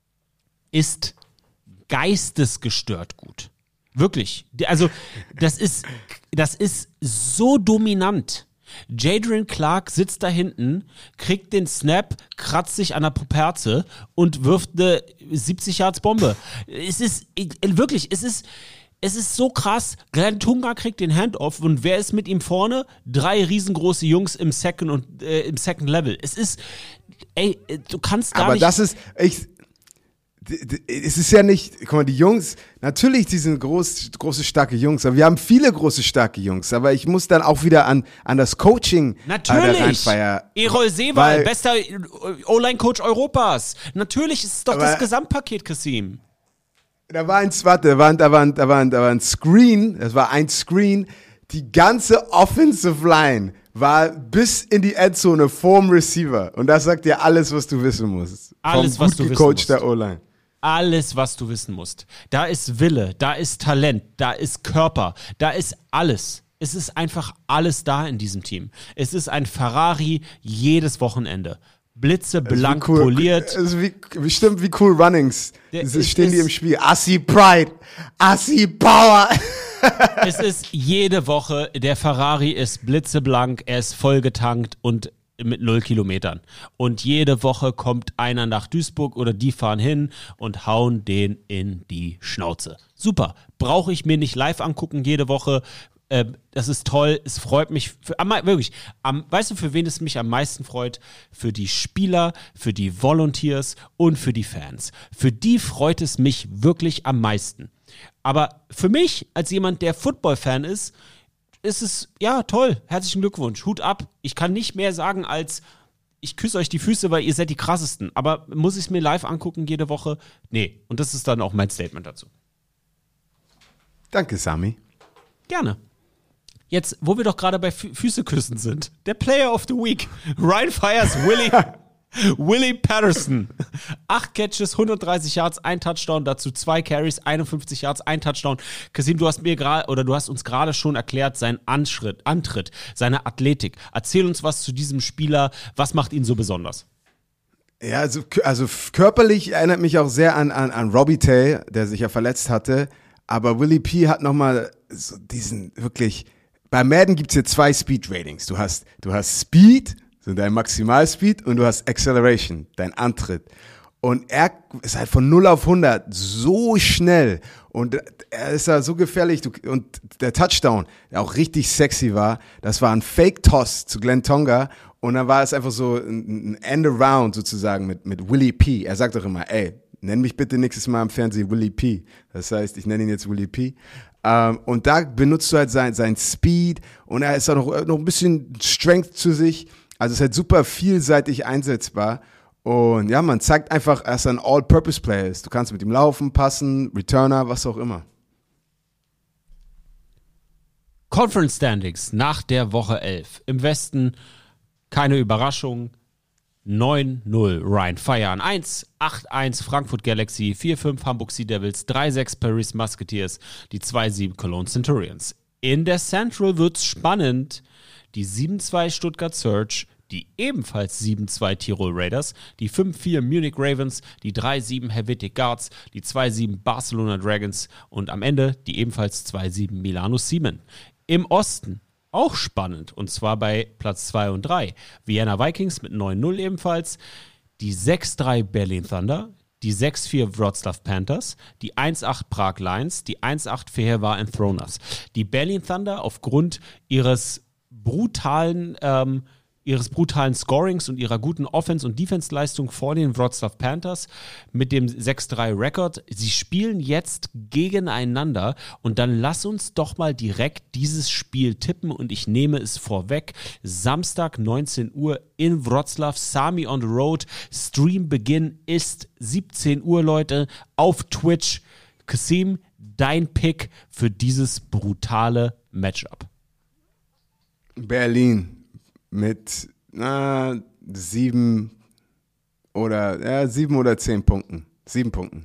ist geistesgestört gut. Wirklich. Die- Also, das ist, das ist so dominant. Jadrian Clark sitzt da hinten, kriegt den Snap, kratzt sich an der Puperze und wirft eine siebzig Yards Bombe. Es ist äh, wirklich, es ist, es ist so krass. Glenn Tunga kriegt den Handoff und wer ist mit ihm vorne? Drei riesengroße Jungs im Second und äh, im Second Level. Es ist, ey, äh, du kannst gar aber nicht. das ist, ich, d- d- es ist ja nicht, guck mal, die Jungs, natürlich, die sind groß, große, starke Jungs, aber wir haben viele große, starke Jungs, aber ich muss dann auch wieder an, an das Coaching äh, der Natürlich. Rheinfire. Erol Seewald, Weil- bester O-Line-Coach Europas. Natürlich ist es doch Aber- das Gesamtpaket, Kasim. Da war ein, warte, da war, ein- da war, ein- da war, ein- da war ein Screen, das war ein Screen, die ganze Offensive Line war bis in die Endzone vorm Receiver. Und das sagt dir alles, was du wissen musst. Alles, Vom was gut du wissen gecoachter musst. O-Line. Alles, was du wissen musst. Da ist Wille, da ist Talent, da ist Körper, da ist alles. Es ist einfach alles da in diesem Team. Es ist ein Ferrari jedes Wochenende. Blitzeblank Wie cool, poliert. Es ist wie, bestimmt wie cool Runnings. Der- Das es stehen die ist- im Spiel. Assi Pride, Assi Power. Es ist jede Woche, der Ferrari ist blitzeblank, er ist vollgetankt und mit null Kilometern. Und jede Woche kommt einer nach Duisburg oder die fahren hin und hauen den in die Schnauze. Super. Brauche ich mir nicht live angucken jede Woche. Ähm, das ist toll. Es freut mich. Für, am, mei- wirklich. Am, weißt du, für wen es mich am meisten freut? Für die Spieler, für die Volunteers und für die Fans. Für die freut es mich wirklich am meisten. Aber für mich, als jemand, der Football-Fan ist, ist es, ja, toll. Herzlichen Glückwunsch. Hut ab. Ich kann nicht mehr sagen als, ich küsse euch die Füße, weil ihr seid die krassesten. Aber muss ich es mir live angucken jede Woche? Nee. Und das ist dann auch mein Statement dazu. Danke, Sami. Gerne. Jetzt, wo wir doch gerade bei Fü- Füße küssen sind. Der Player of the Week. Ryan Fires Willie, Willie Patterson. Acht Catches, hundertdreißig Yards, ein Touchdown, dazu zwei Carries, einundfünfzig Yards, ein Touchdown. Kasim, du hast mir gerade, oder du hast uns gerade schon erklärt, seinen Anschritt, Antritt, seine Athletik. Erzähl uns was zu diesem Spieler. Was macht ihn so besonders? Ja, also, also körperlich erinnert mich auch sehr an, an, an Robbie Tay, der sich ja verletzt hatte. Aber Willie P hat nochmal so diesen wirklich. Bei Madden gibt's hier zwei Speed-Ratings. Du hast, du hast Speed, so dein Maximalspeed, und du hast Acceleration, dein Antritt. Und er ist halt von null auf hundert so schnell. Und er ist da so gefährlich. Und der Touchdown, der auch richtig sexy war, das war ein Fake-Toss zu Glenn Tonga. Und dann war es einfach so ein End-Around sozusagen mit, mit Willie P. Er sagt doch immer, ey, nenn mich bitte nächstes Mal im Fernsehen Willie P. Das heißt, ich nenne ihn jetzt Willie P. Um, und da benutzt du halt sein, sein Speed und er ist auch noch, noch ein bisschen Strength zu sich. Also ist halt super vielseitig einsetzbar. Und ja, man zeigt einfach, dass er ein All-Purpose-Player ist. Du kannst mit ihm laufen, passen, Returner, was auch immer. Conference Standings nach der Woche elf. Im Westen keine Überraschung. neun null Ryan Fire an eins, acht eins Frankfurt Galaxy, vier fünf Hamburg Sea Devils, drei sechs Paris Musketeers, die zwei sieben Cologne Centurions. In der Central wird's spannend. Die sieben zwei Stuttgart Surge, die ebenfalls sieben zwei Tirol Raiders, die fünf vier Munich Ravens, die drei sieben Helvetic Guards, die zwei sieben Barcelona Dragons und am Ende die ebenfalls zwei sieben Milano Siemen. Im Osten auch spannend, und zwar bei Platz zwei und drei. Vienna Vikings mit neun null ebenfalls, die sechs drei Berlin Thunder, die sechs vier Wroclaw Panthers, die eins acht Prag Lions, die eins acht Fehervar Enthroners. Die Berlin Thunder aufgrund ihres brutalen ähm, ihres brutalen Scorings und ihrer guten Offense- und Defense-Leistung vor den Wroclaw Panthers mit dem sechs drei Rekord. Sie spielen jetzt gegeneinander und dann lass uns doch mal direkt dieses Spiel tippen und ich nehme es vorweg. Samstag neunzehn Uhr in Wroclaw, Sami on the Road. Streambeginn ist siebzehn Uhr, Leute, auf Twitch. Kasim, dein Pick für dieses brutale Matchup. Berlin. Mit na, sieben oder ja, sieben oder zehn Punkten. Sieben Punkten.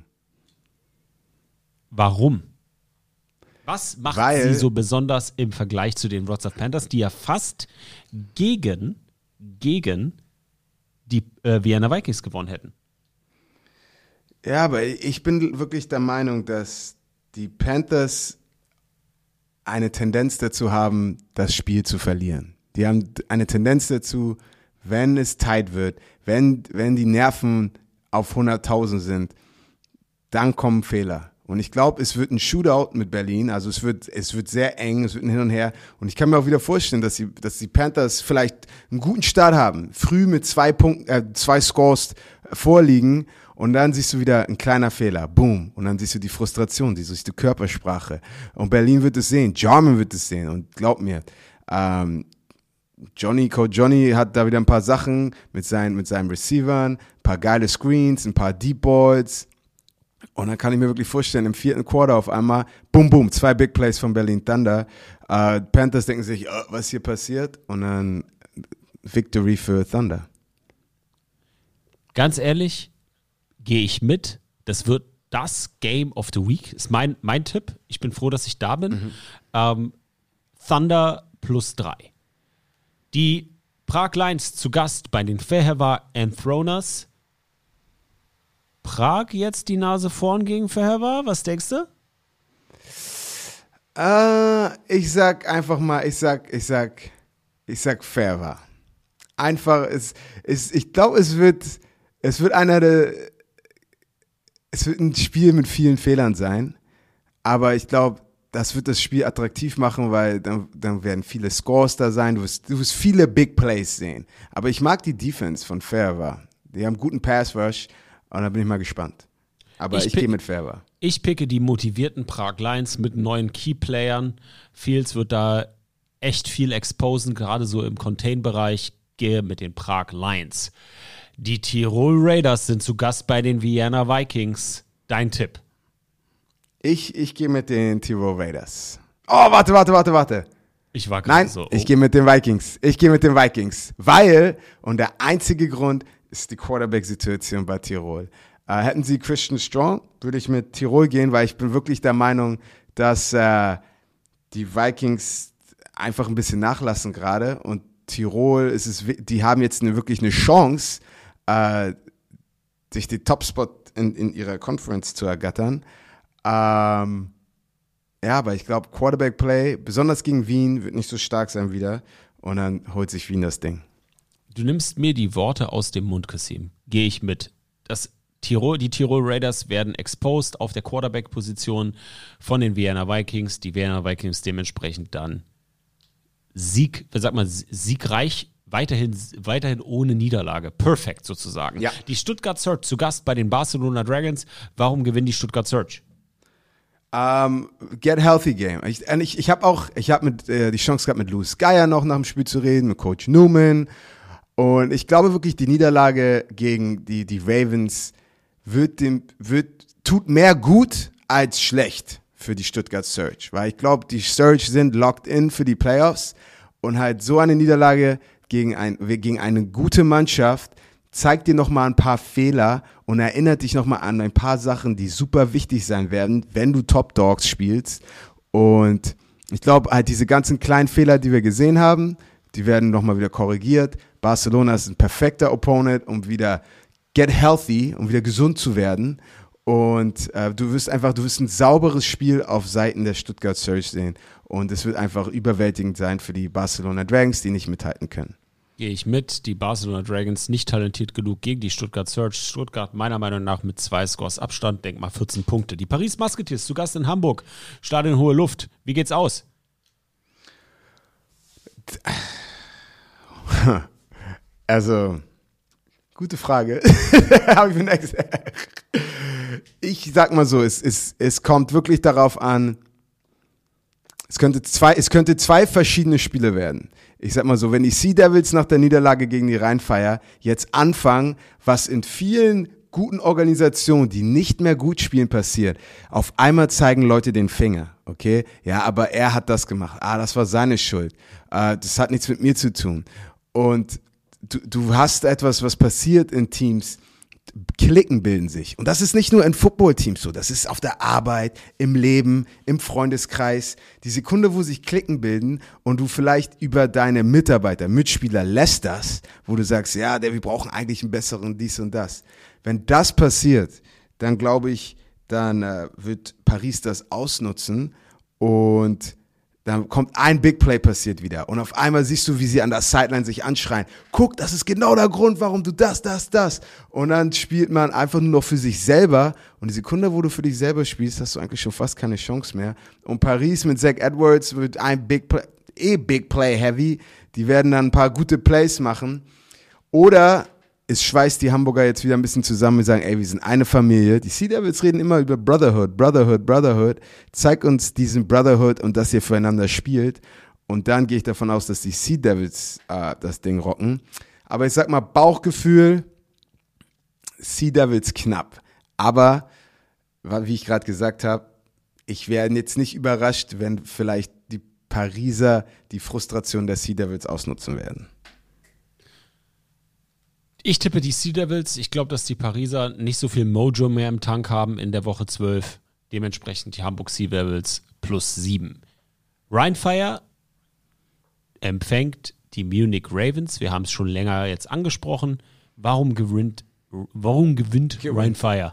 Warum? Was macht Weil, sie so besonders im Vergleich zu den Wroclaw Panthers, die ja fast gegen, gegen die äh, Vienna Vikings gewonnen hätten? Ja, aber ich bin wirklich der Meinung, dass die Panthers eine Tendenz dazu haben, das Spiel zu verlieren. Die haben eine Tendenz dazu, wenn es tight wird, wenn, wenn die Nerven auf hunderttausend sind, dann kommen Fehler. Und ich glaube, es wird ein Shootout mit Berlin, also es wird, es wird sehr eng, es wird ein Hin und Her. Und ich kann mir auch wieder vorstellen, dass die, dass die Panthers vielleicht einen guten Start haben, früh mit zwei Punkten, äh, zwei Scores vorliegen und dann siehst du wieder ein kleiner Fehler, boom. Und dann siehst du die Frustration, die, siehst du die Körpersprache. Und Berlin wird es sehen, Jarman wird es sehen und glaub mir, ähm, Johnny, Code Johnny hat da wieder ein paar Sachen mit seinen, mit seinen Receivern, ein paar geile Screens, ein paar Deep Balls. Und dann kann ich mir wirklich vorstellen, im vierten Quarter auf einmal, boom, boom, zwei Big Plays von Berlin Thunder. Uh, Panthers denken sich, oh, was hier passiert? Und dann Victory für Thunder. Ganz ehrlich, gehe ich mit. Das wird das Game of the Week. Ist mein, mein Tipp. Ich bin froh, dass ich da bin. Mhm. Ähm, Thunder plus drei. Die Prag Lions zu Gast bei den Fehervar Enthroners. Prag jetzt die Nase vorn gegen Fehervar? Was denkst du? Äh, ich sag einfach mal, ich sag, ich sag, ich sag Fehervar. Einfach, es, es, ich glaube, es wird, es wird einer der, es wird ein Spiel mit vielen Fehlern sein, aber ich glaube, das wird das Spiel attraktiv machen, weil dann, dann werden viele Scores da sein, du wirst, du wirst viele Big Plays sehen. Aber ich mag die Defense von Fehervar. Die haben guten Pass Rush und da bin ich mal gespannt. Aber ich, ich gehe mit Fehervar. Ich picke die motivierten Prag Lions mit neuen Key-Playern. Fields wird da echt viel exposen, gerade so im Contain-Bereich. Gehe mit den Prag Lions. Die Tirol Raiders sind zu Gast bei den Vienna Vikings. Dein Tipp? Ich, ich gehe mit den Tirol Raiders. Oh, warte, warte, warte, warte. Ich war gerade Nein, so. Oh. ich gehe mit den Vikings. Ich gehe mit den Vikings. Weil, und der einzige Grund ist die Quarterback-Situation bei Tirol. Äh, hätten sie Christian Strong, würde ich mit Tirol gehen, weil ich bin wirklich der Meinung, dass äh, die Vikings einfach ein bisschen nachlassen gerade und Tirol, ist es, die haben jetzt eine, wirklich eine Chance, äh, sich den Topspot in, in ihrer Conference zu ergattern. Ähm, ja, aber ich glaube, Quarterback-Play, besonders gegen Wien, wird nicht so stark sein wieder. Und dann holt sich Wien das Ding. Du nimmst mir die Worte aus dem Mund, Kassim. Gehe ich mit. Das Tirol, die Tirol Raiders werden exposed auf der Quarterback-Position von den Vienna Vikings. Die Vienna Vikings dementsprechend dann Sieg, sag mal, siegreich, weiterhin, weiterhin ohne Niederlage. Perfekt sozusagen. Ja. Die Stuttgart Surge zu Gast bei den Barcelona Dragons. Warum gewinnen die Stuttgart Surge? Um, get healthy game. Ich, ich, ich habe auch, ich habe mit äh, die Chance gehabt, mit Louis Geyer noch nach dem Spiel zu reden, mit Coach Newman. Und ich glaube wirklich, die Niederlage gegen die, die Ravens wird dem, wird, tut mehr gut als schlecht für die Stuttgart Surge. Weil ich glaube, die Surge sind locked in für die Playoffs und halt so eine Niederlage gegen, ein, gegen eine gute Mannschaft zeigt dir nochmal ein paar Fehler und erinnert dich nochmal an ein paar Sachen, die super wichtig sein werden, wenn du Top Dogs spielst. Und ich glaube, halt diese ganzen kleinen Fehler, die wir gesehen haben, die werden nochmal wieder korrigiert. Barcelona ist ein perfekter Opponent, um wieder get healthy, um wieder gesund zu werden. Und äh, du wirst einfach, du wirst ein sauberes Spiel auf Seiten der Stuttgart Surge sehen. Und es wird einfach überwältigend sein für die Barcelona Dragons, die nicht mithalten können. Gehe ich mit. Die Barcelona Dragons nicht talentiert genug gegen die Stuttgart Surge. Stuttgart meiner Meinung nach mit zwei Scores Abstand, denk mal vierzehn Punkte. Die Paris Musketeers zu Gast in Hamburg. Stadion Hohe Luft. Wie geht's aus? Also, gute Frage. Ich sag mal so, es, es, es kommt wirklich darauf an, es könnte, zwei, es könnte zwei verschiedene Spiele werden. Ich sag mal so, wenn die Sea Devils nach der Niederlage gegen die Rheinfire jetzt anfangen, was in vielen guten Organisationen, die nicht mehr gut spielen, passiert, auf einmal zeigen Leute den Finger, okay? Ja, aber er hat das gemacht. Ah, das war seine Schuld. Ah, das hat nichts mit mir zu tun. Und du, du hast etwas, was passiert in Teams, Klicken bilden sich. Und das ist nicht nur in Footballteams so, das ist auf der Arbeit, im Leben, im Freundeskreis. Die Sekunde, wo sich Klicken bilden und du vielleicht über deine Mitarbeiter, Mitspieler lästerst, wo du sagst, ja, der, wir brauchen eigentlich einen besseren dies und das. Wenn das passiert, dann glaube ich, dann äh, wird Paris das ausnutzen und dann kommt ein Big Play passiert wieder und auf einmal siehst du, wie sie an der Sideline sich anschreien. Guck, das ist genau der Grund, warum du das, das, das. Und dann spielt man einfach nur noch für sich selber und die Sekunde, wo du für dich selber spielst, hast du eigentlich schon fast keine Chance mehr. Und Paris mit Zach Edwards wird ein Big Play, eh Big Play Heavy. Die werden dann ein paar gute Plays machen. Oder es schweißt die Hamburger jetzt wieder ein bisschen zusammen und sagen, ey, wir sind eine Familie. Die Sea Devils reden immer über Brotherhood, Brotherhood, Brotherhood. Zeig uns diesen Brotherhood und dass ihr füreinander spielt. Und dann gehe ich davon aus, dass die Sea Devils äh, das Ding rocken. Aber ich sag mal, Bauchgefühl, Sea Devils knapp. Aber, wie ich gerade gesagt habe, ich wäre jetzt nicht überrascht, wenn vielleicht die Pariser die Frustration der Sea Devils ausnutzen werden. Ich tippe die Sea Devils. Ich glaube, dass die Pariser nicht so viel Mojo mehr im Tank haben in der Woche zwölf. Dementsprechend die Hamburg Sea Devils plus sieben. Rheinfire empfängt die Munich Ravens. Wir haben es schon länger jetzt angesprochen. Warum gewinnt, warum gewinnt Rheinfire?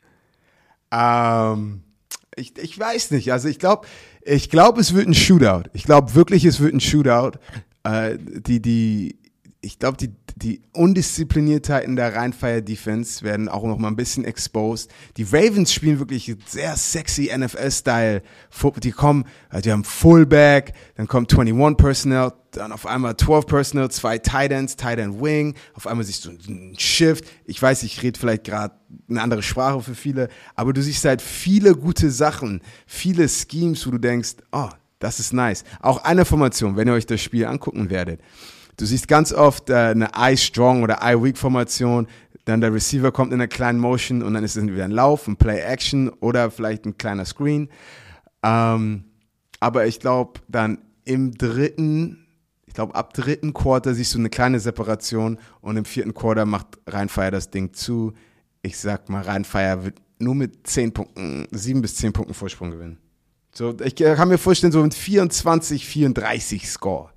Ähm, ich, ich weiß nicht. Also ich glaube, ich glaube, es wird ein Shootout. Ich glaube wirklich, es wird ein Shootout. Äh, die, die, ich glaube, die Die Undiszipliniertheiten der Rheinfire-Defense werden auch noch mal ein bisschen exposed. Die Ravens spielen wirklich sehr sexy N F L-Style. Die kommen, die haben Fullback, dann kommt einundzwanzig Personnel, dann auf einmal zwölf Personnel, zwei Tight Ends, Tight End Wing. Auf einmal siehst du einen Shift. Ich weiß, ich rede vielleicht gerade eine andere Sprache für viele, aber du siehst halt viele gute Sachen, viele Schemes, wo du denkst, oh, Das ist nice. Auch eine Formation, wenn ihr euch das Spiel angucken werdet. Du siehst ganz oft äh, eine Eye-Strong oder Eye-Weak-Formation, dann der Receiver kommt in einer kleinen Motion und dann ist es entweder ein Lauf, ein Play-Action oder vielleicht ein kleiner Screen. Ähm, aber ich glaube, dann im dritten, ich glaube ab dritten Quarter siehst du eine kleine Separation und im vierten Quarter macht Rhein-Fire das Ding zu. Ich sag mal, Rhein-Fire wird nur mit zehn Punkten, sieben bis zehn Punkten Vorsprung gewinnen. So, ich kann mir vorstellen, so ein vierundzwanzig vierunddreißig Score.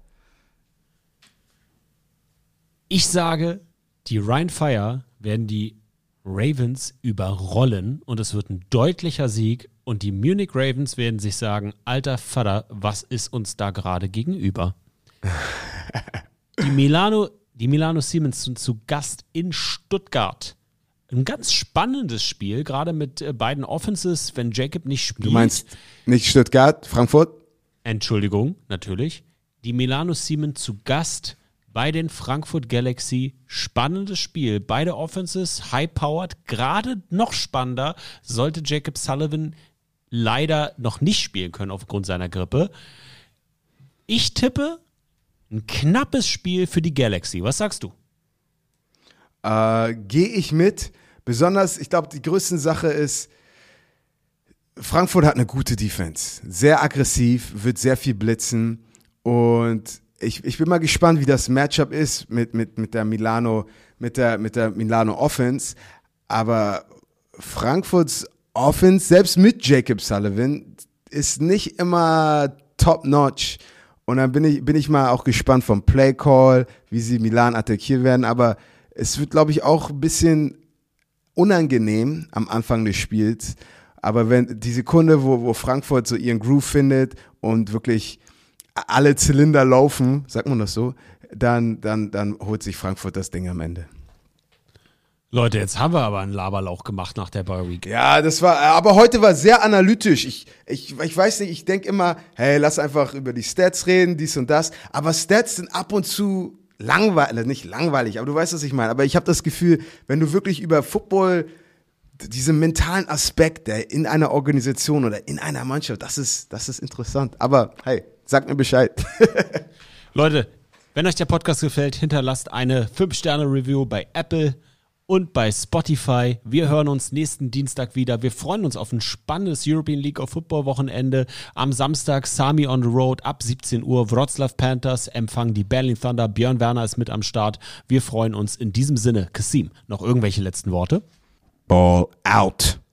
Ich sage, die Rhein-Fire werden die Ravens überrollen und es wird ein deutlicher Sieg und die Munich Ravens werden sich sagen, alter Vater, was ist uns da gerade gegenüber? Die Milano, die Milano Siemens sind zu Gast in Stuttgart. Ein ganz spannendes Spiel, gerade mit äh, beiden Offenses, wenn Jacob nicht spielt. Du meinst nicht Stuttgart, Frankfurt? Entschuldigung, natürlich. Die Milano Siemens zu Gast bei den Frankfurt Galaxy. Spannendes Spiel. Beide Offenses, high-powered, gerade noch spannender, sollte Jacob Sullivan leider noch nicht spielen können aufgrund seiner Grippe. Ich tippe ein knappes Spiel für die Galaxy. Was sagst du? Äh, gehe ich mit. Besonders, ich glaube, die größte Sache ist, Frankfurt hat eine gute Defense. Sehr aggressiv, wird sehr viel blitzen und ich, ich bin mal gespannt, wie das Matchup ist mit, mit, mit der Milano, mit der, mit der Milano Offense. Aber Frankfurts Offense, selbst mit Jacob Sullivan, ist nicht immer top-notch. Und dann bin ich, bin ich mal auch gespannt vom Play-Call, wie sie Milan attackieren werden. Aber es wird, glaube ich, auch ein bisschen unangenehm am Anfang des Spiels. Aber wenn die Sekunde, wo, wo Frankfurt so ihren Groove findet und wirklich alle Zylinder laufen, sagt man das so, dann, dann, dann holt sich Frankfurt das Ding am Ende. Leute, jetzt haben wir aber einen Laberlauch gemacht nach der Bye Week. Ja, das war, aber heute war sehr analytisch. Ich, ich, ich weiß nicht, ich denke immer, hey, lass einfach über die Stats reden, dies und das. Aber Stats sind ab und zu langweilig, nicht langweilig, aber du weißt, was ich meine. Aber ich habe das Gefühl, wenn du wirklich über Football, diesen mentalen Aspekt, der in einer Organisation oder in einer Mannschaft, das ist, das ist interessant. Aber hey, sag mir Bescheid. Leute, wenn euch der Podcast gefällt, hinterlasst eine fünf Sterne Review bei Apple und bei Spotify. Wir hören uns nächsten Dienstag wieder. Wir freuen uns auf ein spannendes European League of Football Wochenende. Am Samstag Sami on the Road ab siebzehn Uhr. Wroclaw Panthers empfangen die Berlin Thunder. Björn Werner ist mit am Start. Wir freuen uns in diesem Sinne. Kasim, noch irgendwelche letzten Worte? Ball out.